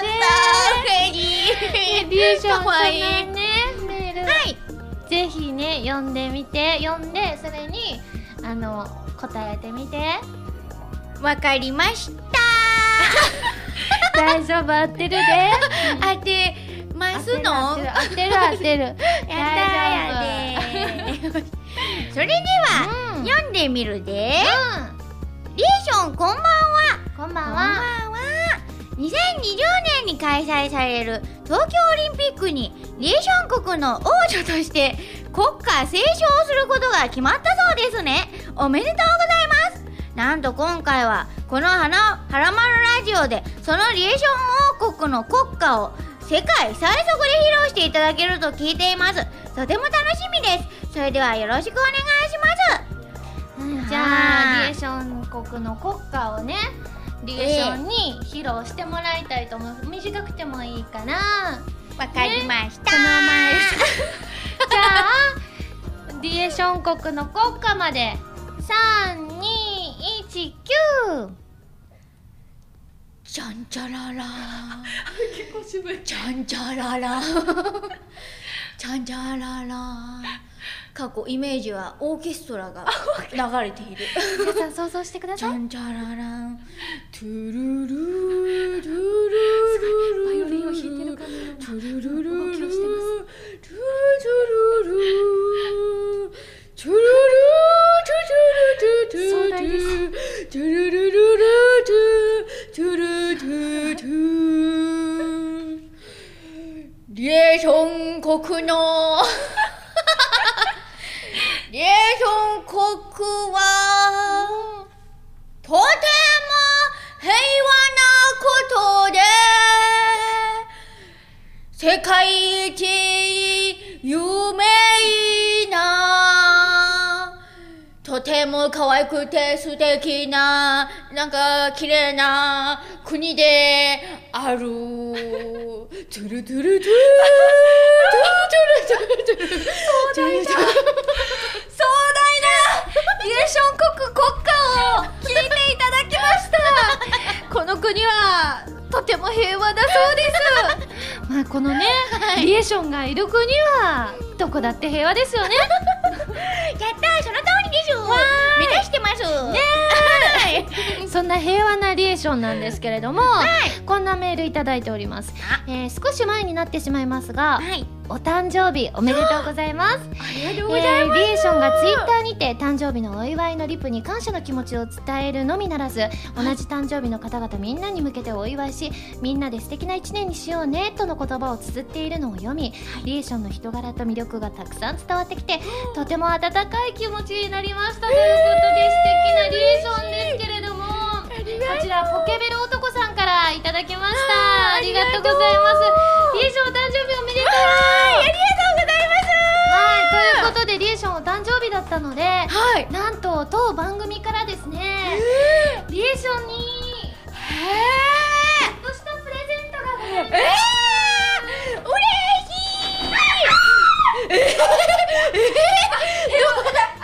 嬉しい。 リエーションかわいいそのねメール、はい、ぜひね読んでみて、読んでそれにあの答えてみて。 わかりました。 大丈夫、合ってるで。 当てますの？ 合ってる合ってる合ってる。 やったーやで。それでは、うん、読んでみるで。うん、リエーションこんばんは。 こんばんは。 こんばんは。にせんにじゅうねんに開催される東京オリンピックにリエーション国の王女として国歌斉唱することが決まったそうですね。おめでとうございます。なんと今回はこのはなはらまるラジオでそのリエーション王国の国歌を世界最速で披露していただけると聞いています。とても楽しみです。それではよろしくお願いします。 うん、じゃあリエーション国の国歌をね、リエーションに披露してもらいたいと思う。短くてもいいかな。 わかりました、 ね、じゃあリエーション国の国歌までさんにいちきゅう。 ちゃんちゃらら結構渋い。 ちゃんちゃららちゃんちゃらら。過去イメージはオーケストラが流れている。 皆さん想像してください。 ちゃんちゃららんトゥルルルルルルバイオリンを弾いてるかのようなトゥルルル動きをしてます。 トゥルルルトゥルルトゥルルトゥ壮大です。 トゥルルルルトゥルトゥトゥリエーション国のリエーション国はとても平和なことで世界一有名な、とても可愛くて素敵な、なんか綺麗な国である。トゥルトゥルトゥルトゥルトゥルトゥルトゥル。壮大だ。壮大なリエーション国国歌を聴いていただきました。この国はとても平和だそうです。 まあこのね、はい、リエーションがいる国はどこだって平和ですよね。 やったー、その通りです。目指してますね。 そんな平和なリエーションなんですけれども、はい、こんなメールいただいております。えー、少し前になってしまいますが、はい、お誕生日おめでとうございます。 ありがとうございます。 えー、リエーションがツイッターにて誕生日のお祝いのリプに感謝の気持ちを伝えるのみならず、同じ誕生日の方々みんなに向けてお祝いし、みんなで素敵な一年にしようねとの言葉を綴っているのを読み、はい、リエーションの人柄と魅力がたくさん伝わってきて、とても温かい気持ちになりましたということで、素敵なリエーションですけれども、こちらポケベル男さんからいただきました。ありがとうございます。リエーションお誕生日おめでとう。 ありがとうございます。 はい、ということでリエーションお誕生日だったので、はい、なんと当番組からですね、リエーションにちょっとしたプレゼントがございます。 えー、嬉しい。えー、えー、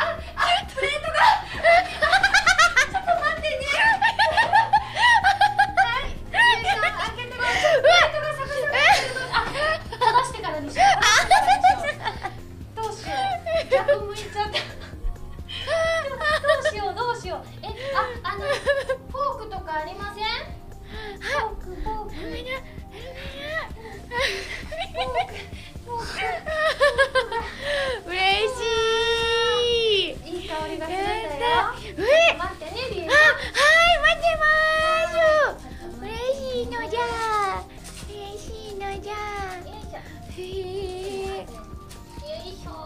逆向いちゃったどうしようどうしよう。え、あ、あのフォークとかありません？フォークフォークフォークフォーク嬉しい。 いい香りがするんだよ。 え、 待ってね、リエ。 あ、はい待ってます。嬉しいのじゃ。嬉しいのじゃ。 よいしょ。 へえ。 よいしょ。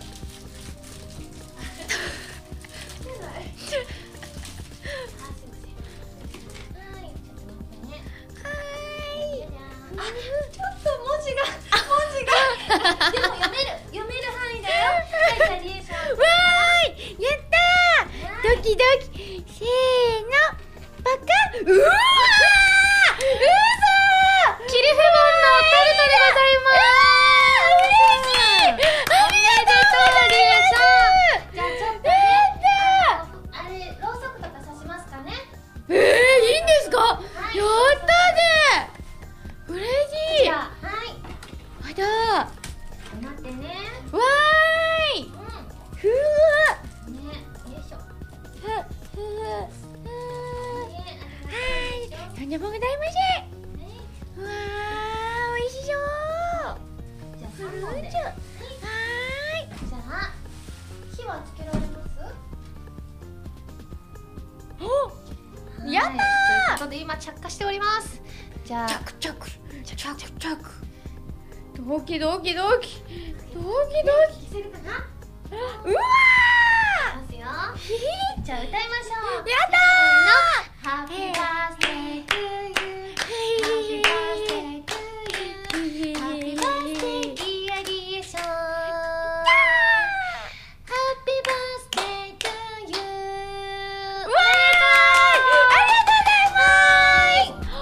あ、ちょっと文字が文字がでも読める読める範囲だよ。はい、じゃあリエさん。 わーい、やったー。ドキドキ。せーの。パカッ。うわー。うそー。 キリフボンのタルトでございます。 嬉しい。ありがとうリエさん。 じゃあちょっとね、あのあれろうそくとか刺しますかね。 えー、いいんですか？ はいやったね。嬉しい。 じゃあはい。 あだ待ってね。 ー。わーい。 うふわ。 ん。ね、よいしょ。 ふわ。ふわ。 ね、 はい。とんでもございません。うわー、美味しそう。 じゃあフ三本で。 ルーツ。はーい。 じゃあ火はつけられます？ お、やったー。 ということで今着火しております。じゃあ着着着着着。ドキドキドキ。ドキドキ。 消せるかな？ うわいますよ。 ー。ひひ。 じゃあ歌いましょう。 やったー。 ハッピーバースデートゥーユー。ハッピーバースデートゥーユー。ハッピーバースデーディアリエション。ハッピーバースデートゥーユー。 わーい。ありがとうござい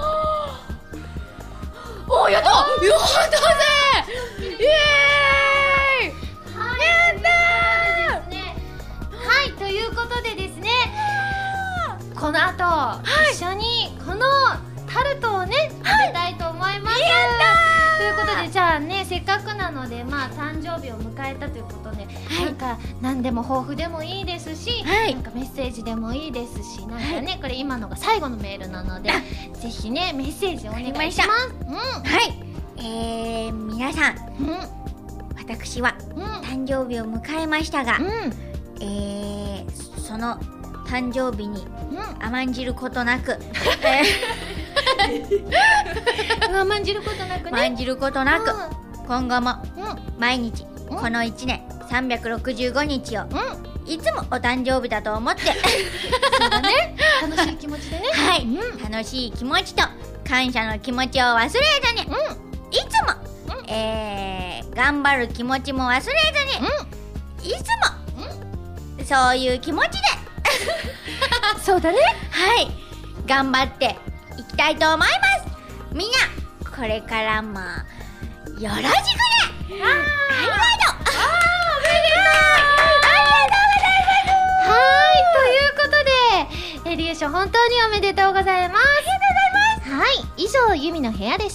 ます。おー、やった。やったぜ。イエーイ。 はい、 やったー。 ですね。はい、ということでですね、この後、 い一緒にこのタルトをね、食べたいと思います。 やったー。 ということで、じゃあね、せっかくなので、まあ誕生日を迎えたということで、 はいなんか何でも抱負でもいいですし、 はいなんかメッセージでもいいですし、なんかね、これ今のが最後のメールなので、ぜひねメッセージお願いします。 はい。えー、皆さん、 うんうん私はうん誕生日を迎えましたが、 うんえー、その誕生日にうん甘んじることなく、え甘んじることなくー、 ね。 甘んじることなく、今後もうんうん毎日、 うんこのいちねんさんびゃくろくじゅうごにちをうんいつもお誕生日だと思ってそうだね。楽しい気持ちでね。 はい、 うん楽しい気持ちと感謝の気持ちを忘れずに、いつも、 うんえー、頑張る気持ちも忘れずに、いつも、そういう気持ちでそうだね。 はい頑張っていきたいと思います。みんなこれからもよろしくね。ありがとう。 はい、ということで、えリエーション本当におめでとうございます。ありがとうございます。はい、以上ユミの部屋でした。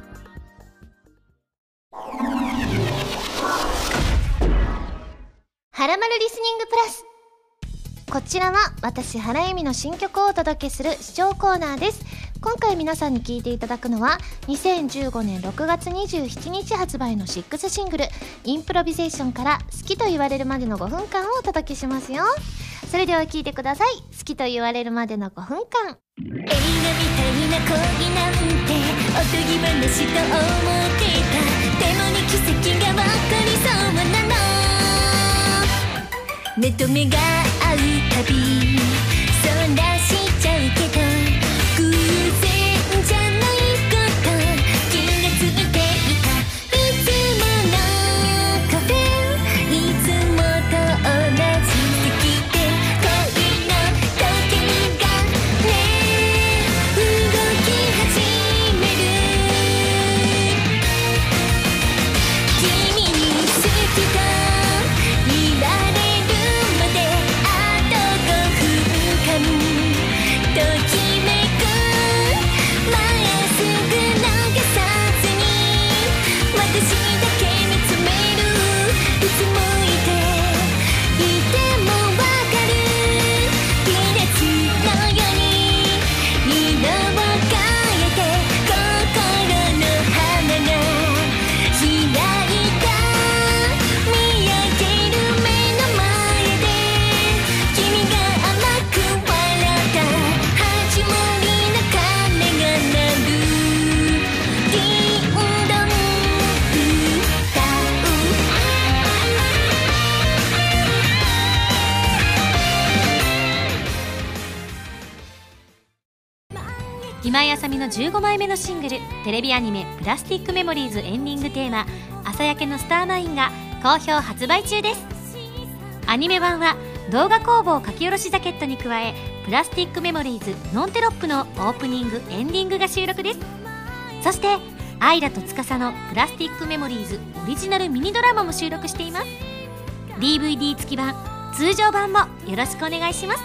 はらまるリスニングプラス。こちらは私原由美の新曲をお届けする視聴コーナーです。今回皆さんに聴いていただくのはにせんじゅうごねんろくがつにじゅうしちにち発売のシックスシングルインプロビゼーションから好きと言われるまでのごふんかんをお届けしますよ。それでは聴いてください。好きと言われるまでのごふんかん。 映画みたいな恋なんておとぎ話と思っていた。でもね奇跡が起こりそうなの。目と目が合うたびそらしちゃうけど偶然じゃないこと気がついていた。いつものカフェいつもと同じ席で恋の時がね動き始める。君に好きと言われるまであとごふんかんときめ今井あさみのじゅうごまいめのシングル、テレビアニメプラスティックメモリーズエンディングテーマ朝焼けのスターナインが好評発売中です。アニメ版は動画工房書き下ろしジャケットに加え、プラスティックメモリーズノンテロップのオープニングエンディングが収録です。そしてアイラと司のプラスティックメモリーズオリジナルミニドラマも収録しています。 ディーブイディー 付き版、通常版もよろしくお願いします。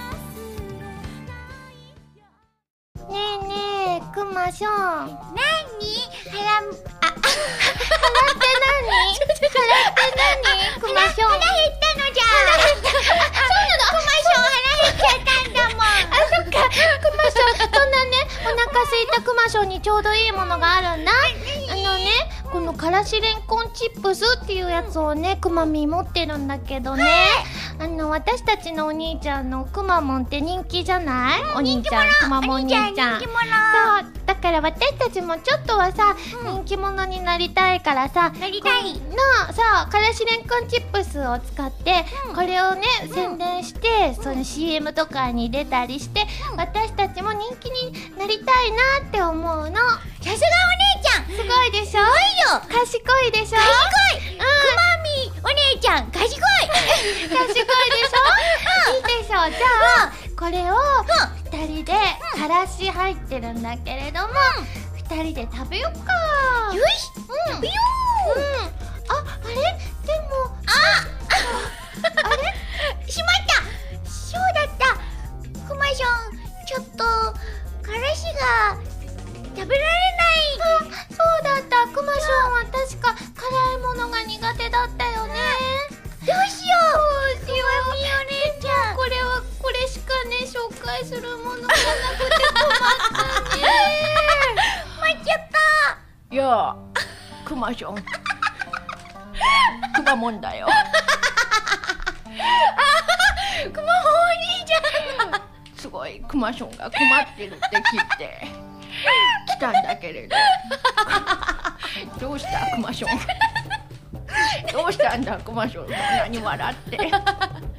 ねえねえくましょん、 なにはらむあ腹って何？腹って何？くましょん、 腹減ったのじゃそうなの、くましょん腹減っちゃったんだもん。 あ、そっか、くましょん、そんなね、お腹すいたくましょんにちょうどいいものがあるんだ。あのね、このからしれんこんチップスっていうやつをね、くまみ持ってるんだけどね、あの私たちのお兄ちゃんのくまモンって人気じゃない？お兄ちゃん、くまモン兄ちゃん。 人気者。 そう、だから私たちもちょっとはさ、人気者になりたいからさ、 なりたいこのさ、からしれんこんチップスを使って、これをね、宣伝してその シーエム とかに出たりして、私たちも人気になりたいなって思うの。 さすがお姉ちゃん、 すごいでしょ？ すごいよ。 賢いでしょ？ 賢い。くまみお姉ちゃん賢い。 賢いでしょ？いいでしょ？じゃあこれをふたりでからし入ってるんだけれども、ふたりで食べよっか。 よし、 うん、 食べよう。 うん、あ、あれ？でもああれしまった。そうだった。くましょん、ちょっとからしが食べられない。 あ、そうだった。くましょんは確か辛いものが苦手だったよね。 どうしよう。 どうしよう。 くまみお姉ちゃん、 これはこれしかね紹介するものがなくて困ったね。 待っちゃった。 やあ、くましょんくまモンだよ。 くまお兄ちゃんがすごいくましょんが困ってるって聞いて来たんだけれどどうしたくましょんどうしたんだくましょん、そんなに笑って違うの。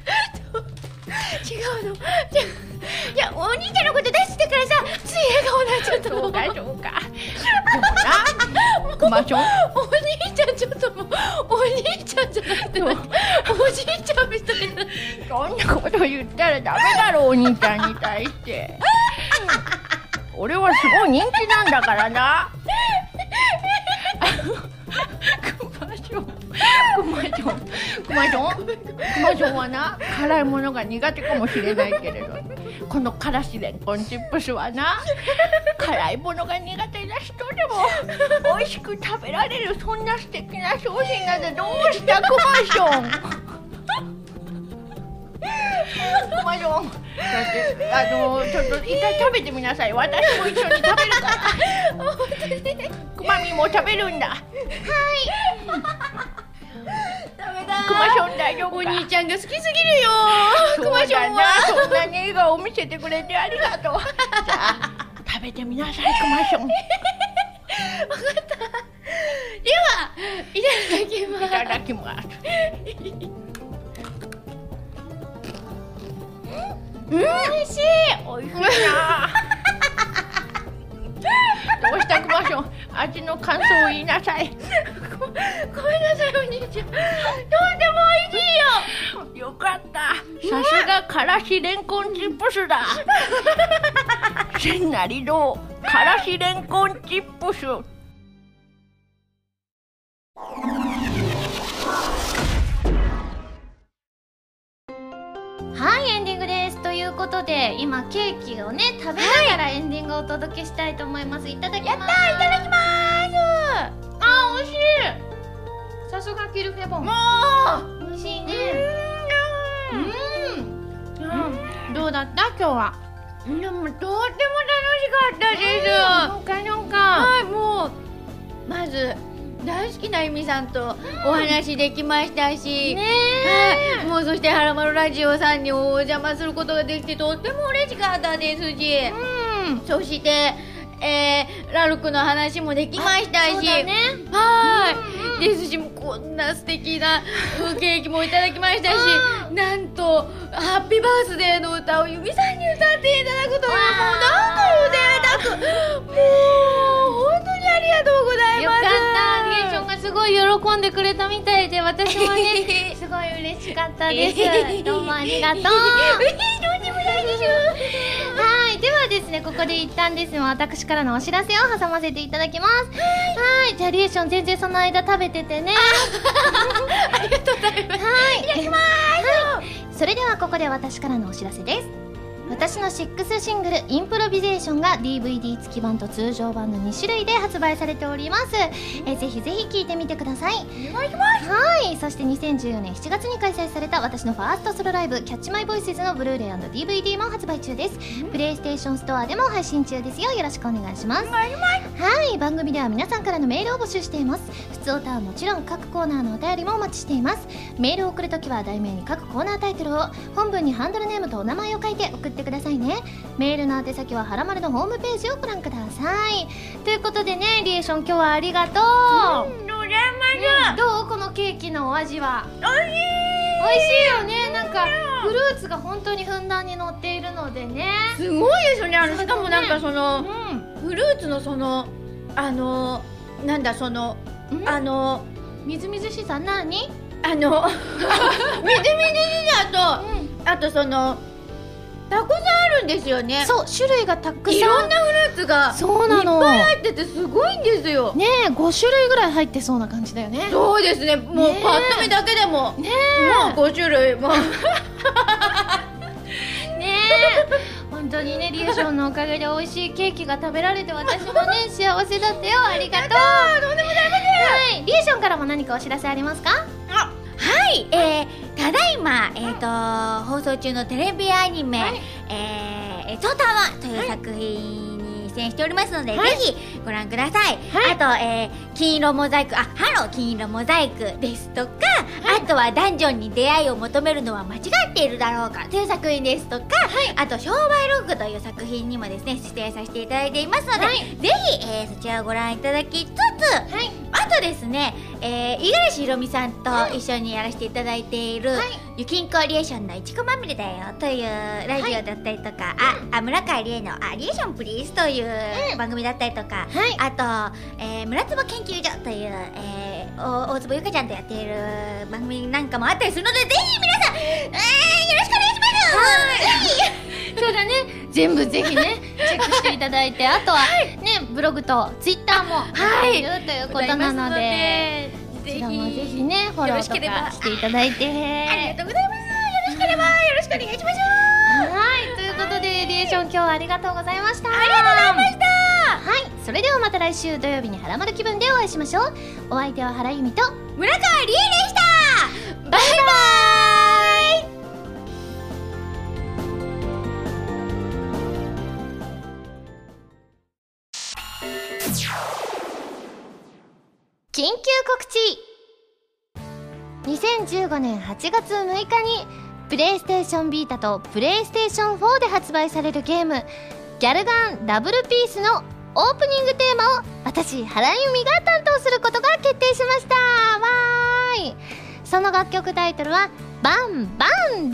じゃ、じゃお兄ちゃんのこと出してからさ、つい笑顔になっちゃったの。 そうかそうか。でもな、くましょん、 お兄ちゃんちょっともうお兄ちゃんじゃなくて、おじいちゃんみたいな。 そんなこと言ったらダメだろ、お兄ちゃんに対して。俺はすごい人気なんだからな。くましょん、くましょん、くましょん、くましょんはな、辛いものが苦手かもしれないけれど、このからしれんこんチップスはな、辛いものが苦手な人でも美味しく食べられる、そんな素敵な商品なんで、どうしたくましょん。くましょん、だってあのちょっと一回食べてみなさい。私も一緒に食べるから。くまみも食べるんだ。はい。 ダメだ。 くましょん大丈夫か。 お兄ちゃんが好きすぎるよ。くましょんはそんなに笑顔を見せてくれてありがとう。じゃあ食べてみなさい、くましょん。 わかった。では、いただきます。 いただきます。 うん、美味しい。 おいしいな。どうしたくましょん、味の感想を言いなさい。 ご, ごめんなさいお兄ちゃん、とんでも美味しいよ。 よかった。さすがからしれんこんチップスだ。千成堂からしれんこんチップス。 はい、エンディングです。ということで今ケーキをね食べながらエンディングをお届けしたいと思います。いただきます。やったー、いただきます。あー、美味しい。さすがキルフェボン。 もう美味しいね。うん、うん、どうだった今日は？ う、でもとっても楽しかったです。 そうかそうか。 はい、もうまず大好きなゆみさんとお話できましたし、 ねはい、もうそしてはらまるラジオさんにお邪魔することができてとっても嬉しかったですし、 うん、 そしてえー、ラルクの話もできましたし、 そうだね、 はい、 うんうん、 ですし、こんな素敵なケーキもいただきましたし、 うん、 なんとハッピーバースデーの歌をゆみさんに歌っていただくという、もうなんだろう、贅沢、 すごい喜んでくれたみたいで、私もねすごい嬉しかったですどうもありがとう。 どうでもないでしょ。 はい、ではですね、ここで一旦ですね、私からのお知らせを挟ませていただきます。はい、じゃあリエーション全然その間食べててね。 ありがとうございます。 はい、 いただきます。 はい、それではここで私からのお知らせです。私のシックスシングルインプロビゼーションが ディーブイディー 付き版と通常版のに種類で発売されております。えぜひぜひ聴いてみてください。 お願いします。 はい、そしてにせんじゅうよねんしちがつに開催された私のファーストソロライブキャッチマイボイスズのブルーレイ&ディーブイディー も発売中です。プレイステーションストアでも配信中ですよ。よろしくお願いします。はい、番組では皆さんからのメールを募集しています。普通歌はもちろん各コーナーのお便りもお待ちしています。メールを送るときは題名に各コーナータイトルを、本文にハンドルネームとお名前を書いて送ってくださいね。メールの宛先ははらまるのホームページをご覧ください。ということでね、リエーション今日はありがとう。 うん、どうでもどうこのケーキのお味は。 おいしい。 美味しいよね。なんかフルーツが本当にふんだんに乗っているのでね。 すごいですよね。あのしかもなんかその、 うん、 フルーツのそのあのなんだそのあのみずみずしさなに？ あのみずみずしさと、 うん、 あとそのたくさんあるんですよね。 そう、種類がたくさん、 いろんなフルーツがそうなのいっぱい入っててすごいんですよ。 ねえ、ご種類ぐらい入ってそうな感じだよね。 そうですね。もうねえパッと見だけでも、 ねもうご種類もうえねえ本当にね、リエーションのおかげで美味しいケーキが食べられて、私もね幸せだったよ。ありがとう。 とんでもございません。 はい、リエーションからも何かお知らせありますか？ あ、はい、えー、ただいま、えーと放送中のテレビアニメ、 はい、 えー、ソータワという作品に出演しておりますので、 はい、 ぜひご覧ください。 はい、 あと、えー、金色モザイク、あ、ハロー金色モザイクですとか、 はい、 あとはダンジョンに出会いを求めるのは間違っているだろうかという作品ですとか、はい、あと商売ログという作品にもですね出演させていただいていますので、はい、ぜひ、えー、そちらをご覧いただきつつ、はい、あとですね、えー、五十嵐ひろみさんと一緒にやらせていただいている、はい、ゆきんこリエーションのいちこまみれだよというラジオだったりとか、はい、あ、あ村川理恵のあリエーションプリースという番組だったりとか、はい、あと、えー、村つぼ研究所という、えー、お大坪ゆかちゃんとやっている番組なんかもあったりするので、ぜひ皆さん、えー、よろしくお願いします。はいそうだね、全部ぜひねチェックしていただいて、あとはね、ブログとツイッターもはいやっているということなので、こちらもぜひねフォローとかしていただいて、 ありがとうございます。よろしければよろしくお願いしましょう。 はい、ということでリエーション今日はありがとうございました。 ありがとうございました。 はい、それではまた来週土曜日にハラマル気分でお会いしましょう。お相手は原由美と村川理恵でした。バイバーイ。 緊急告知。にせんじゅうごねんはちがつむいかにプレイステーションビータとプレイステーションフォーで発売されるゲームギャルガンダブルピースのオープニングテーマを私原由美が担当することが決定しました。わーい。その楽曲タイトルはバンバンです。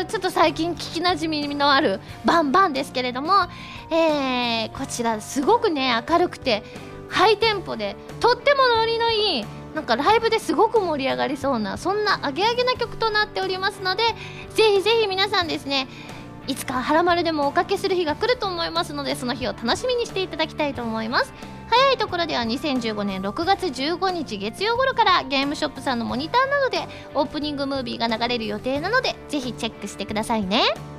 ちょっと最近聞きなじみのあるバンバンですけれども、えー、こちらすごくね明るくてハイテンポでとってもノリのいい、なんかライブですごく盛り上がりそうな、そんなアゲアゲな曲となっておりますので、ぜひぜひ皆さんですね、いつかハラマルでもおかけする日が来ると思いますので、その日を楽しみにしていただきたいと思います。早いところではにせんじゅうごねんろくがつじゅうごにち月曜頃からゲームショップさんのモニターなどでオープニングムービーが流れる予定なので、ぜひチェックしてくださいね。